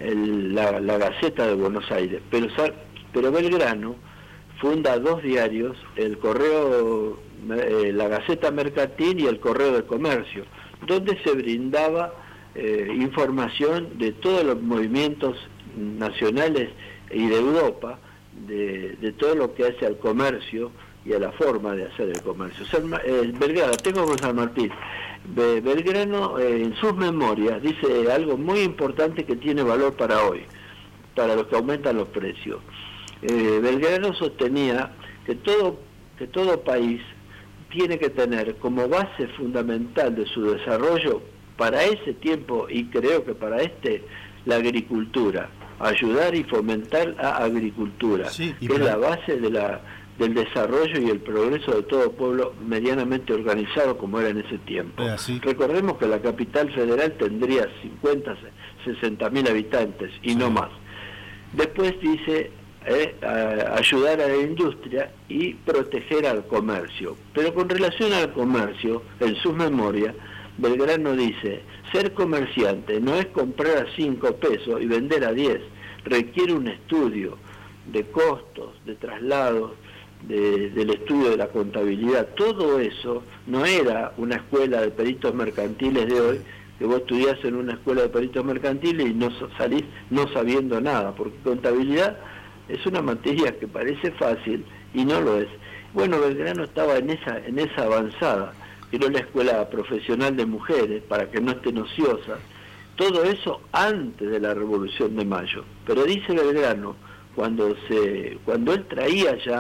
la Gaceta de Buenos Aires, pero Belgrano funda 2 diarios, el Correo, la Gaceta Mercantil y el Correo de Comercio, donde se brindaba información de todos los movimientos nacionales y de Europa, de todo lo que hace al comercio y a la forma de hacer el comercio. Belgrano, tengo con San Martín. Belgrano en sus memorias dice algo muy importante que tiene valor para hoy, para los que aumentan los precios. Belgrano sostenía que todo país tiene que tener como base fundamental de su desarrollo para ese tiempo, y creo que para la agricultura, ayudar y fomentar la agricultura, que es la base del desarrollo y el progreso de todo pueblo medianamente organizado como era en ese tiempo. Recordemos que la capital federal tendría 50, 60.000 habitantes y no más. Después dice ayudar a la industria y proteger al comercio. Pero con relación al comercio, en sus memorias, Belgrano dice: ser comerciante no es comprar a 5 pesos y vender a 10, requiere un estudio de costos, de traslados, del estudio de la contabilidad. Todo eso no era una escuela de peritos mercantiles de hoy, que vos estudiás en una escuela de peritos mercantiles y no salís no sabiendo nada, porque contabilidad es una materia que parece fácil y no lo es. Bueno, Belgrano estaba en esa avanzada, creó la escuela profesional de mujeres para que no estén ociosas, todo eso antes de la Revolución de Mayo. Pero dice Belgrano, cuando él traía ya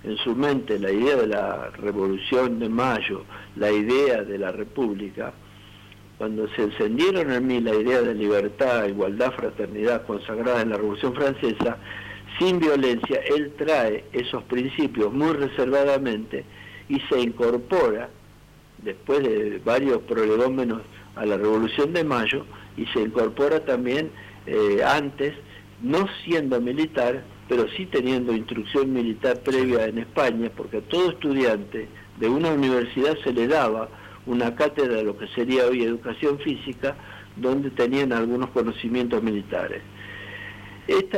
en su mente la idea de la Revolución de Mayo, la idea de la República, cuando se encendieron en mí la idea de libertad, igualdad, fraternidad consagrada en la Revolución Francesa, sin violencia, él trae esos principios muy reservadamente y se incorpora, después de varios prolegómenos a la Revolución de Mayo, y se incorpora también antes, no siendo militar, pero sí teniendo instrucción militar previa en España, porque a todo estudiante de una universidad se le daba una cátedra de lo que sería hoy educación física, donde tenían algunos conocimientos militares. Esta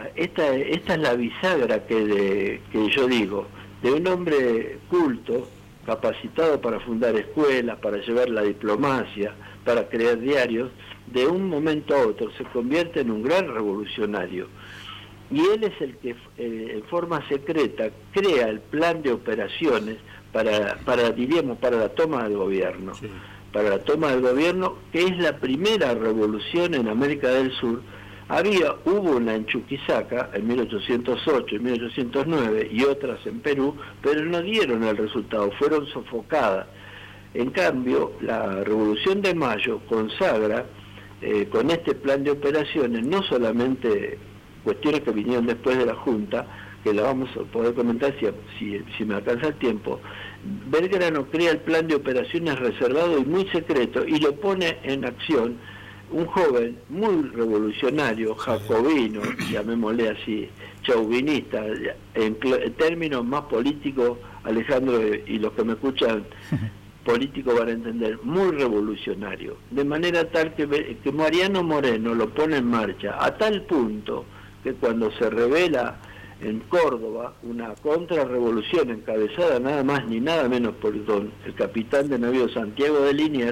es la bisagra que yo digo, de un hombre culto, capacitado para fundar escuelas, para llevar la diplomacia, para crear diarios, de un momento a otro se convierte en un gran revolucionario. Y él es el que en forma secreta crea el plan de operaciones para la toma del gobierno. Sí. Para la toma del gobierno, que es la primera revolución en América del Sur. Hubo una en Chuquisaca en 1808 y 1809 y otras en Perú, pero no dieron el resultado, fueron sofocadas. En cambio, la Revolución de Mayo consagra con este plan de operaciones no solamente cuestiones que vinieron después de la Junta, que la vamos a poder comentar si me alcanza el tiempo. Belgrano crea el plan de operaciones reservado y muy secreto y lo pone en acción un joven muy revolucionario, jacobino, llamémosle así, chauvinista, en términos más políticos, Alejandro y los que me escuchan políticos van a entender, muy revolucionario, de manera tal que Mariano Moreno lo pone en marcha, a tal punto que cuando se revela en Córdoba una contrarrevolución encabezada nada más ni nada menos por el capitán de navío Santiago de Liniers,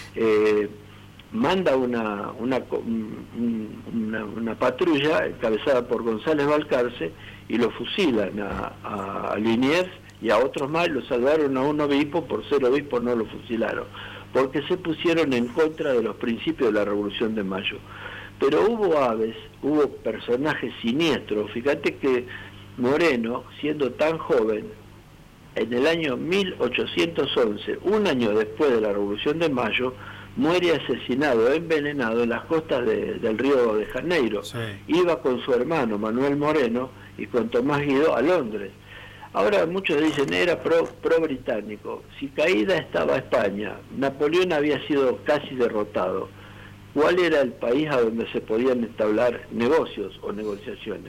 manda una patrulla encabezada por González Balcarce y lo fusilan a Liniers y a otros más, lo salvaron a un obispo, por ser obispo no lo fusilaron, porque se pusieron en contra de los principios de la Revolución de Mayo. Pero hubo aves, hubo personajes siniestros. Fíjate que Moreno, siendo tan joven, en el año 1811, un año después de la Revolución de Mayo, muere asesinado, envenenado en las costas del Río de Janeiro. Sí. Iba con su hermano Manuel Moreno y con Tomás Guido a Londres. Ahora muchos dicen era pro británico. Si caída estaba España, Napoleón había sido casi derrotado. ¿Cuál era el país a donde se podían entablar negocios o negociaciones?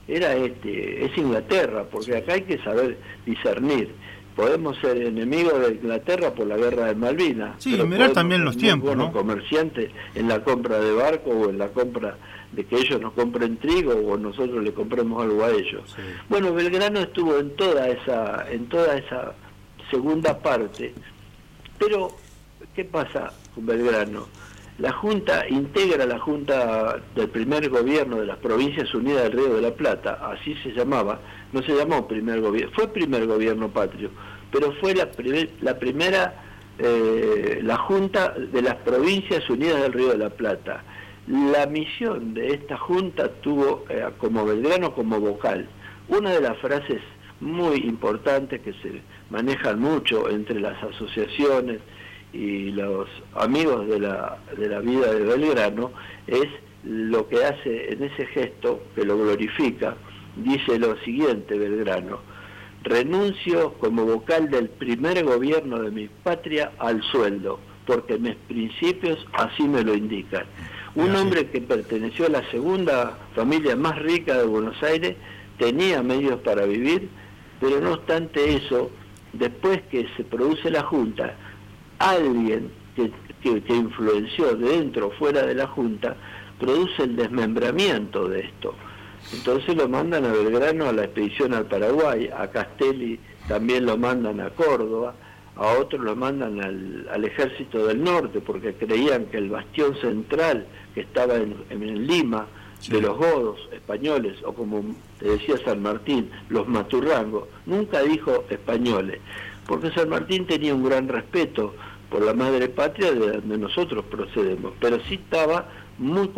Es Inglaterra, porque acá hay que saber discernir. Podemos ser enemigos de Inglaterra por la guerra de Malvinas. Sí, mirar también los tiempos, ¿no? Comerciantes en la compra de barcos o en la compra de que ellos nos compren trigo o nosotros le compremos algo a ellos. Sí. Bueno, Belgrano estuvo en toda esa segunda parte, pero ¿qué pasa con Belgrano? La Junta integra la Junta del primer gobierno de las Provincias Unidas del Río de la Plata, así se llamaba, no se llamó primer gobierno, fue primer gobierno patrio, pero fue la primera, la Junta de las Provincias Unidas del Río de la Plata. La misión de esta Junta tuvo como Belgrano como vocal. Una de las frases muy importantes que se manejan mucho entre las asociaciones y los amigos de la vida de Belgrano es lo que hace en ese gesto que lo glorifica. Dice lo siguiente Belgrano: renuncio como vocal del primer gobierno de mi patria al sueldo, porque mis principios así me lo indican. Un hombre que perteneció a la segunda familia más rica de Buenos Aires, tenía medios para vivir, pero no obstante eso, después que se produce la Junta, alguien que influenció dentro o fuera de la Junta, produce el desmembramiento de esto. Entonces lo mandan a Belgrano a la expedición al Paraguay, a Castelli también lo mandan a Córdoba, a otros lo mandan al Ejército del Norte, porque creían que el bastión central que estaba en Lima, sí, de los godos españoles, o como te decía San Martín, los maturrangos, nunca dijo españoles, porque San Martín tenía un gran respeto por la madre patria de donde nosotros procedemos, pero sí estaba muy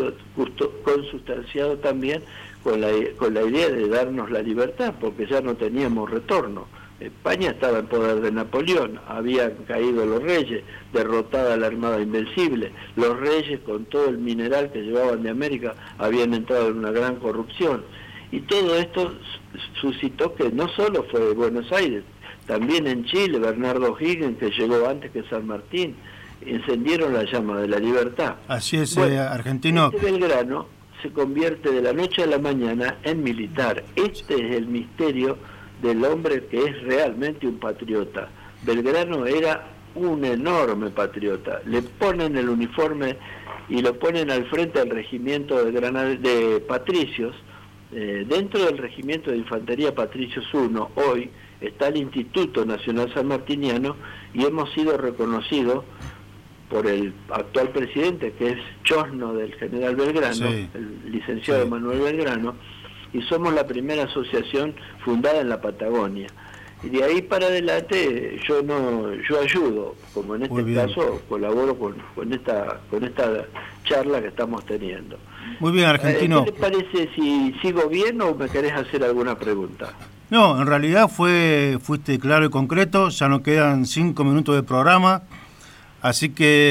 consustanciado también con la idea de darnos la libertad, porque ya no teníamos retorno. España estaba en poder de Napoleón, habían caído los reyes, derrotada la Armada Invencible, los reyes con todo el mineral que llevaban de América habían entrado en una gran corrupción, y todo esto suscitó que no solo fue de Buenos Aires, también en Chile, Bernardo O'Higgins, que llegó antes que San Martín, encendieron la llama de la libertad. Así es, bueno, argentino. Belgrano se convierte de la noche a la mañana en militar. Este es el misterio del hombre que es realmente un patriota. Belgrano era un enorme patriota. Le ponen el uniforme y lo ponen al frente del regimiento de patricios. Dentro del regimiento de infantería Patricios I, hoy está el Instituto Nacional Sanmartiniano, y hemos sido reconocidos por el actual presidente, que es chosno del general Belgrano, sí, el licenciado Manuel Belgrano, y somos la primera asociación fundada en la Patagonia. Y de ahí para adelante yo ayudo, como en este caso colaboro con esta charla que estamos teniendo. Muy bien, argentino. ¿Qué te parece si sigo bien o me querés hacer alguna pregunta? No, en realidad fuiste claro y concreto, ya nos quedan 5 minutos de programa, así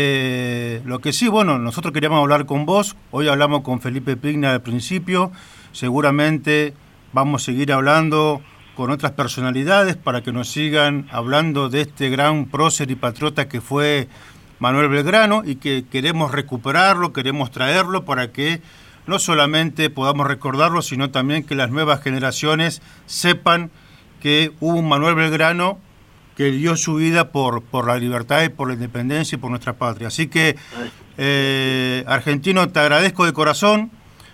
que lo que sí, bueno, nosotros queríamos hablar con vos, hoy hablamos con Felipe Pigna al principio, seguramente vamos a seguir hablando con otras personalidades para que nos sigan hablando de este gran prócer y patriota que fue Manuel Belgrano, y que queremos recuperarlo, queremos traerlo para que no solamente podamos recordarlo, sino también que las nuevas generaciones sepan que hubo un Manuel Belgrano que dio su vida por la libertad y por la independencia y por nuestra patria. Así que, argentino, te agradezco de corazón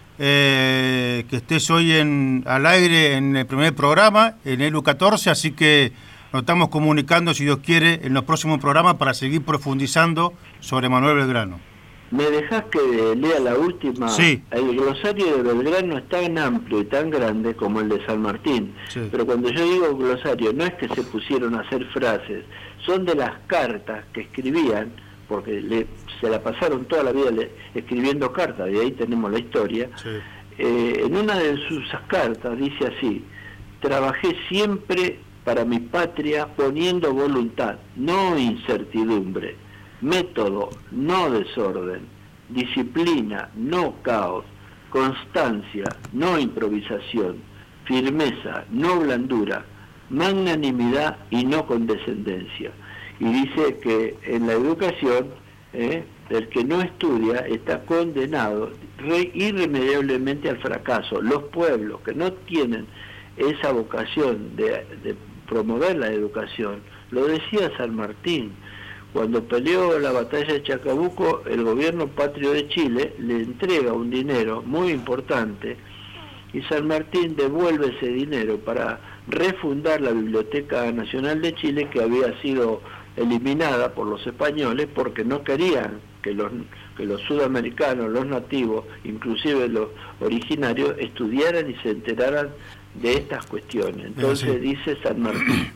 que estés hoy al aire en el primer programa, en ELU 14, así que nos estamos comunicando, si Dios quiere, en los próximos programas para seguir profundizando sobre Manuel Belgrano. ¿Me dejás que lea la última? Sí. El glosario de Belgrano es tan amplio y tan grande como el de San Martín. Sí. Pero cuando yo digo glosario, no es que se pusieron a hacer frases, son de las cartas que escribían, porque se la pasaron toda la vida escribiendo cartas, de ahí tenemos la historia. Sí. En una de sus cartas dice así: trabajé siempre para mi patria poniendo voluntad, no incertidumbre, método, no desorden, disciplina, no caos, constancia, no improvisación, firmeza, no blandura, magnanimidad y no condescendencia. Y dice que en la educación, el que no estudia está condenado irremediablemente al fracaso. Los pueblos que no tienen esa vocación de promover la educación, lo decía San Martín, cuando peleó la batalla de Chacabuco, el gobierno patrio de Chile le entrega un dinero muy importante y San Martín devuelve ese dinero para refundar la Biblioteca Nacional de Chile, que había sido eliminada por los españoles porque no querían que los sudamericanos, los nativos, inclusive los originarios, estudiaran y se enteraran de estas cuestiones. Entonces dice San Martín,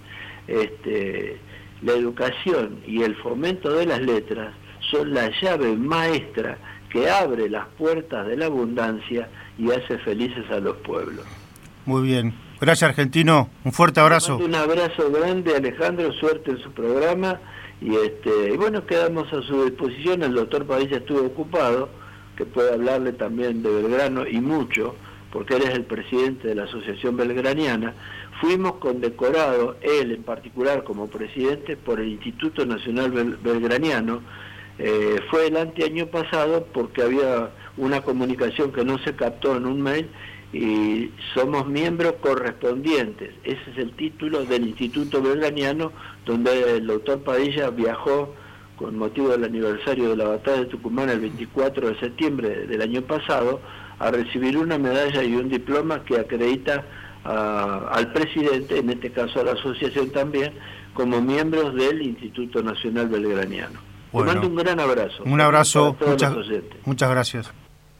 la educación y el fomento de las letras son la llave maestra que abre las puertas de la abundancia y hace felices a los pueblos. Muy bien. Gracias, argentino. Un fuerte abrazo. Un abrazo grande, Alejandro. Suerte en su programa. Y bueno, quedamos a su disposición. El doctor Padilla estuvo ocupado, que puede hablarle también de Belgrano y mucho, porque él es el presidente de la Asociación Belgraniana. Fuimos condecorados, él en particular como presidente, por el Instituto Nacional Belgraniano. Fue el anteaño pasado porque había una comunicación que no se captó en un mail y somos miembros correspondientes. Ese es el título del Instituto Belgraniano, donde el doctor Padilla viajó con motivo del aniversario de la batalla de Tucumán el 24 de septiembre del año pasado a recibir una medalla y un diploma que acredita al presidente, en este caso a la asociación también, como miembros del Instituto Nacional Belgraniano. Bueno, te mando un gran abrazo. Un abrazo, muchas gracias.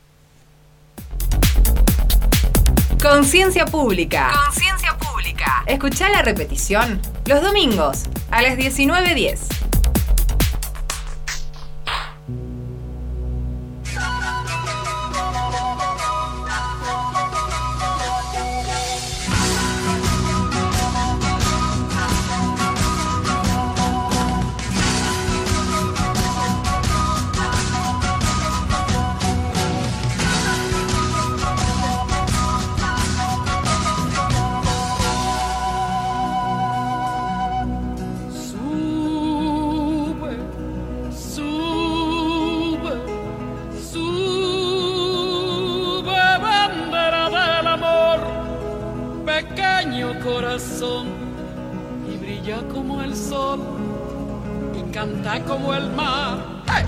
Conciencia Pública. Conciencia Pública. Escuchá la repetición los domingos a las 19:10. corazón y brilla como el sol y canta como el mar. ¡Hey!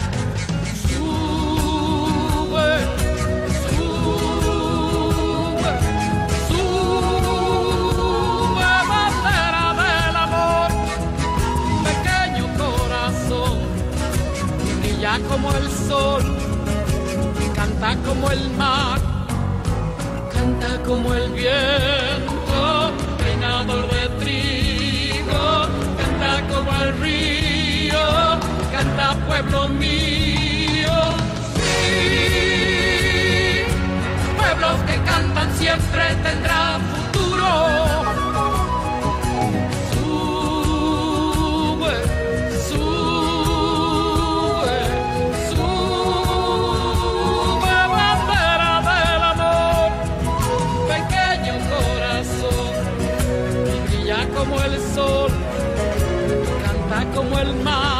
Sube, sube, sube, bandera del amor, pequeño corazón, y brilla como el sol, y canta como el mar, canta como el viento, peinador de trigo, canta como el río, canta pueblo mío. Sí, pueblos que cantan siempre tendrán futuro. Sube, sube, sube, bandera del amor, pequeño corazón, y brilla como el sol, canta como el mar.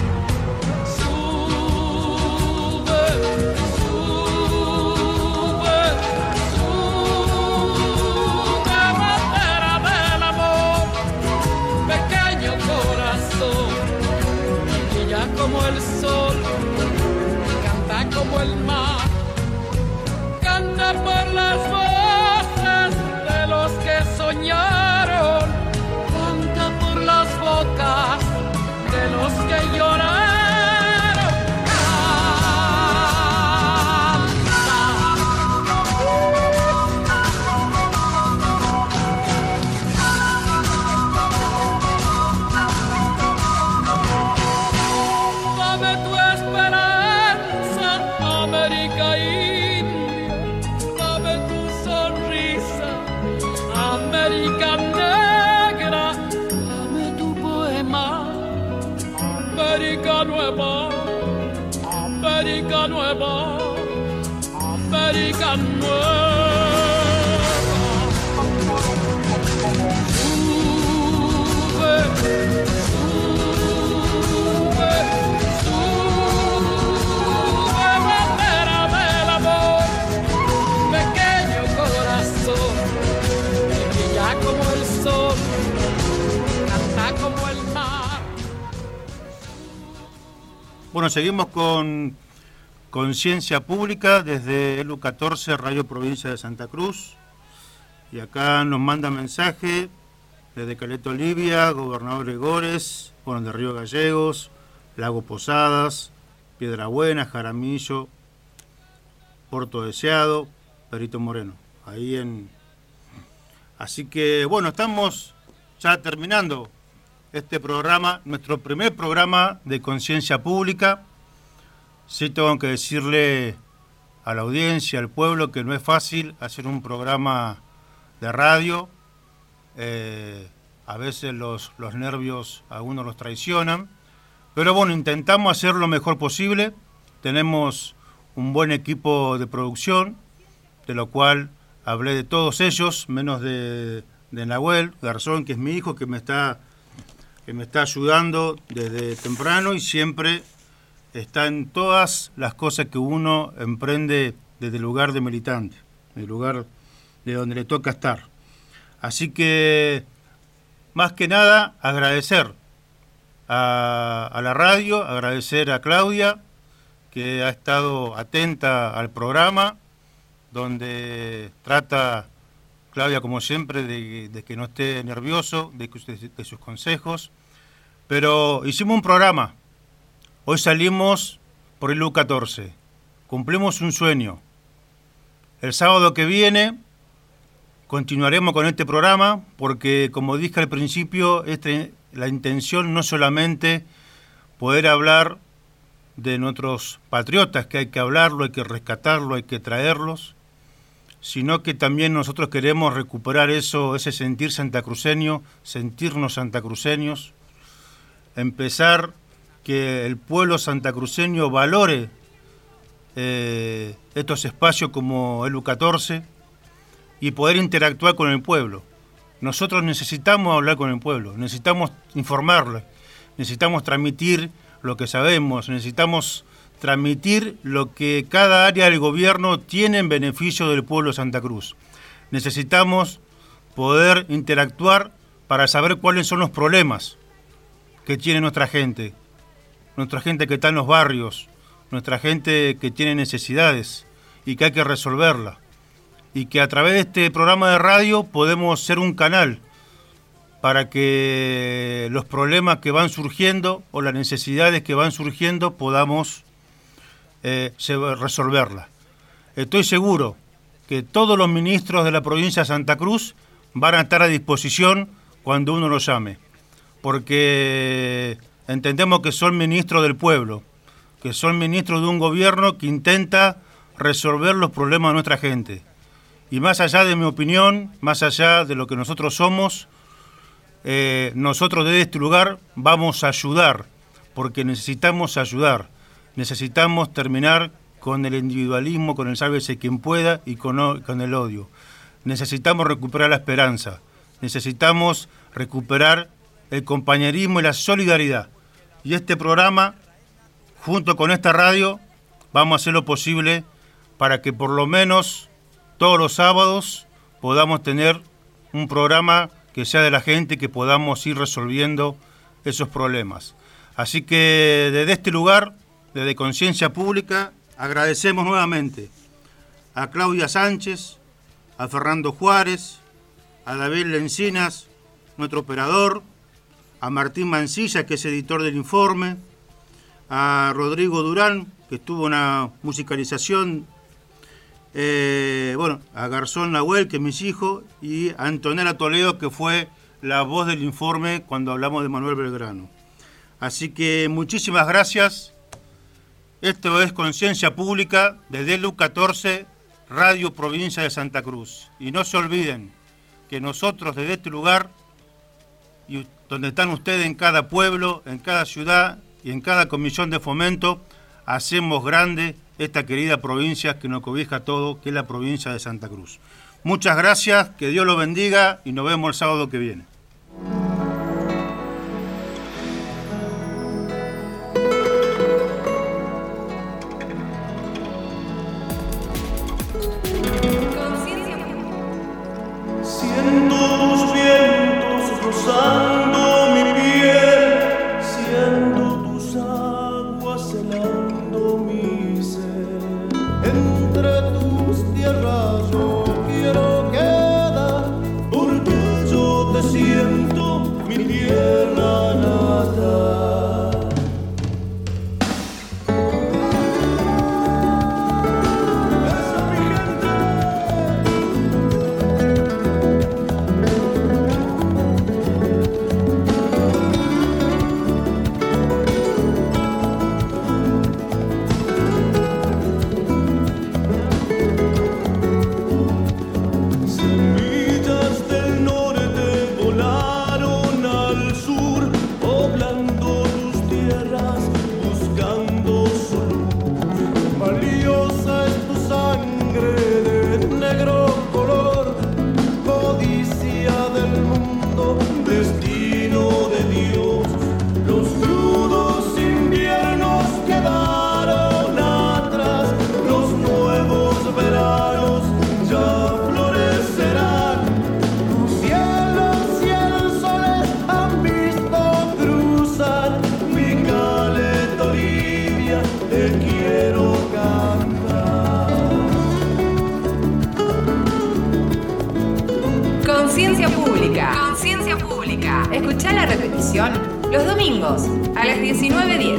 Como el sol, canta como el mar, canta por las voces de los que soñaron, canta por las bocas de los que lloraron. América Nueva, América Nueva. Sube, sube, sube, bandera del amor, pequeño corazón, que brilla como el sol, canta como el mar. Bueno, seguimos con Conciencia Pública desde ELU 14, Radio Provincia de Santa Cruz. Y acá nos manda mensaje desde Caleta Olivia, Gobernador Gregores, bueno, de Río Gallegos, Lago Posadas, Piedra Buena, Jaramillo, Puerto Deseado, Perito Moreno. Así que, bueno, estamos ya terminando este programa, nuestro primer programa de Conciencia Pública. Sí tengo que decirle a la audiencia, al pueblo, que no es fácil hacer un programa de radio. A veces los nervios a uno los traicionan. Pero bueno, intentamos hacer lo mejor posible. Tenemos un buen equipo de producción, de lo cual hablé de todos ellos, menos de Nahuel Garzón, que es mi hijo, que me está ayudando desde temprano y siempre está en todas las cosas que uno emprende desde el lugar de militante, el lugar de donde le toca estar. Así que, más que nada, agradecer a la radio, agradecer a Claudia, que ha estado atenta al programa, donde trata, Claudia, como siempre, de que no esté nervioso, de sus consejos. Pero hicimos un programa. Hoy salimos por el ELU 14. Cumplimos un sueño. El sábado que viene continuaremos con este programa porque, como dije al principio, la intención no es solamente poder hablar de nuestros patriotas, que hay que hablarlo, hay que rescatarlo, hay que traerlos, sino que también nosotros queremos recuperar ese sentir santacruceño, sentirnos santacruceños, empezar que el pueblo santacruceño valore estos espacios como ELU 14 y poder interactuar con el pueblo. Nosotros necesitamos hablar con el pueblo, necesitamos informarle, necesitamos transmitir lo que sabemos, necesitamos transmitir lo que cada área del gobierno tiene en beneficio del pueblo de Santa Cruz. Necesitamos poder interactuar para saber cuáles son los problemas que tiene nuestra gente que está en los barrios, nuestra gente que tiene necesidades y que hay que resolverla. Y que a través de este programa de radio podemos ser un canal para que los problemas que van surgiendo o las necesidades que van surgiendo podamos resolverlas. Estoy seguro que todos los ministros de la provincia de Santa Cruz van a estar a disposición cuando uno los llame, porque entendemos que son ministros del pueblo, que son ministros de un gobierno que intenta resolver los problemas de nuestra gente. Y más allá de mi opinión, más allá de lo que nosotros somos, nosotros desde este lugar vamos a ayudar, porque necesitamos ayudar, necesitamos terminar con el individualismo, con el sálvese quien pueda y con el odio. Necesitamos recuperar la esperanza, necesitamos recuperar el compañerismo y la solidaridad. Y este programa, junto con esta radio, vamos a hacer lo posible para que por lo menos todos los sábados podamos tener un programa que sea de la gente y que podamos ir resolviendo esos problemas. Así que desde este lugar, desde Conciencia Pública, agradecemos nuevamente a Claudia Sánchez, a Fernando Juárez, a David Lencinas, nuestro operador, a Martín Mancilla, que es editor del informe, a Rodrigo Durán, que estuvo en una musicalización, a Garzón Nahuel, que es mi hijo, y a Antonella Toledo, que fue la voz del informe cuando hablamos de Manuel Belgrano. Así que muchísimas gracias. Esto es Conciencia Pública desde LU 14, Radio Provincia de Santa Cruz. Y no se olviden que nosotros desde este lugar, y donde están ustedes en cada pueblo, en cada ciudad y en cada comisión de fomento, hacemos grande esta querida provincia que nos cobija todo, que es la provincia de Santa Cruz. Muchas gracias, que Dios los bendiga y nos vemos el sábado que viene. Siento tus vientos rozando mi piel, siento tus aguas helando mi ser. Entre tus tierras yo quiero quedar, porque yo te siento mi tierra natal. Conciencia Pública. Escuchá la repetición los domingos a las 19:10.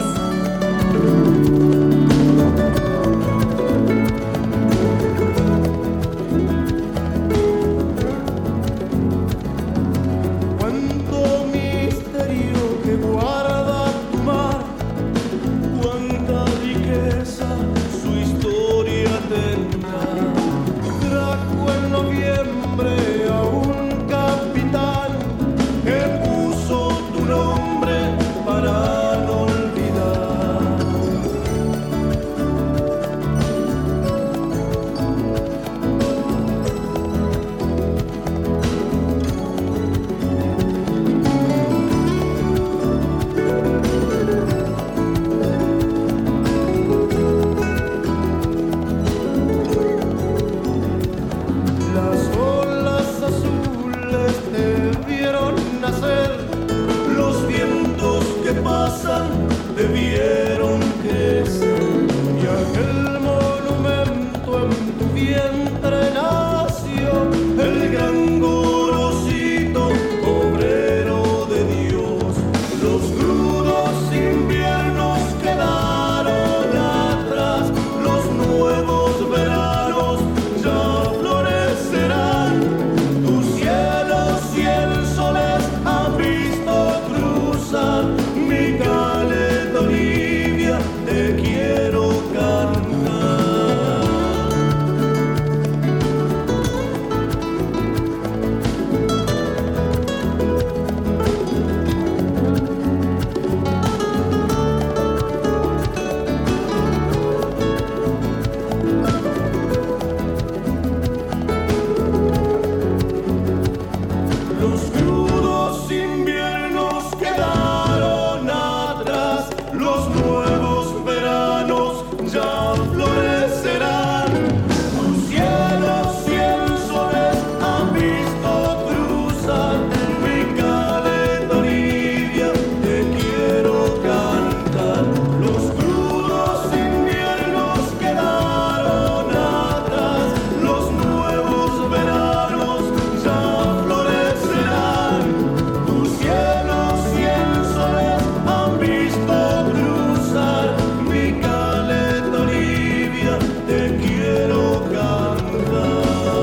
ya florecerán. Tus cielos y el soles han visto cruzar mi caleta orilla, te quiero cantar. Los crudos inviernos quedaron atrás, los nuevos veranos ya florecerán. Tus cielos y el soles han visto cruzar mi caleta orilla, te quiero cantar.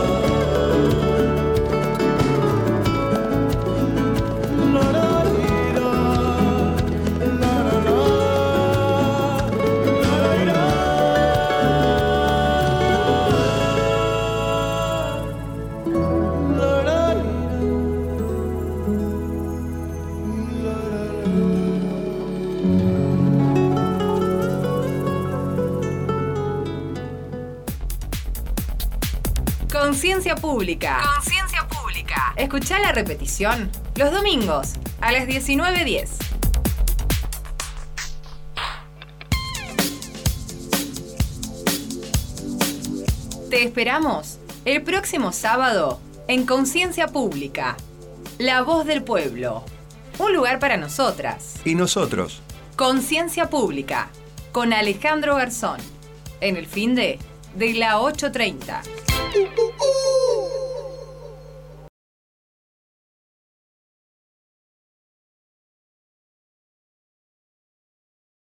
La la ira, la la la, la la ira, la la Conciencia Pública. Conciencia Pública. Escuchá la repetición los domingos a las 19:10. Te esperamos el próximo sábado en Conciencia Pública. La voz del pueblo. Un lugar para nosotras. ¿Y nosotros? Conciencia Pública con Alejandro Garzón. En el fin de la 8:30.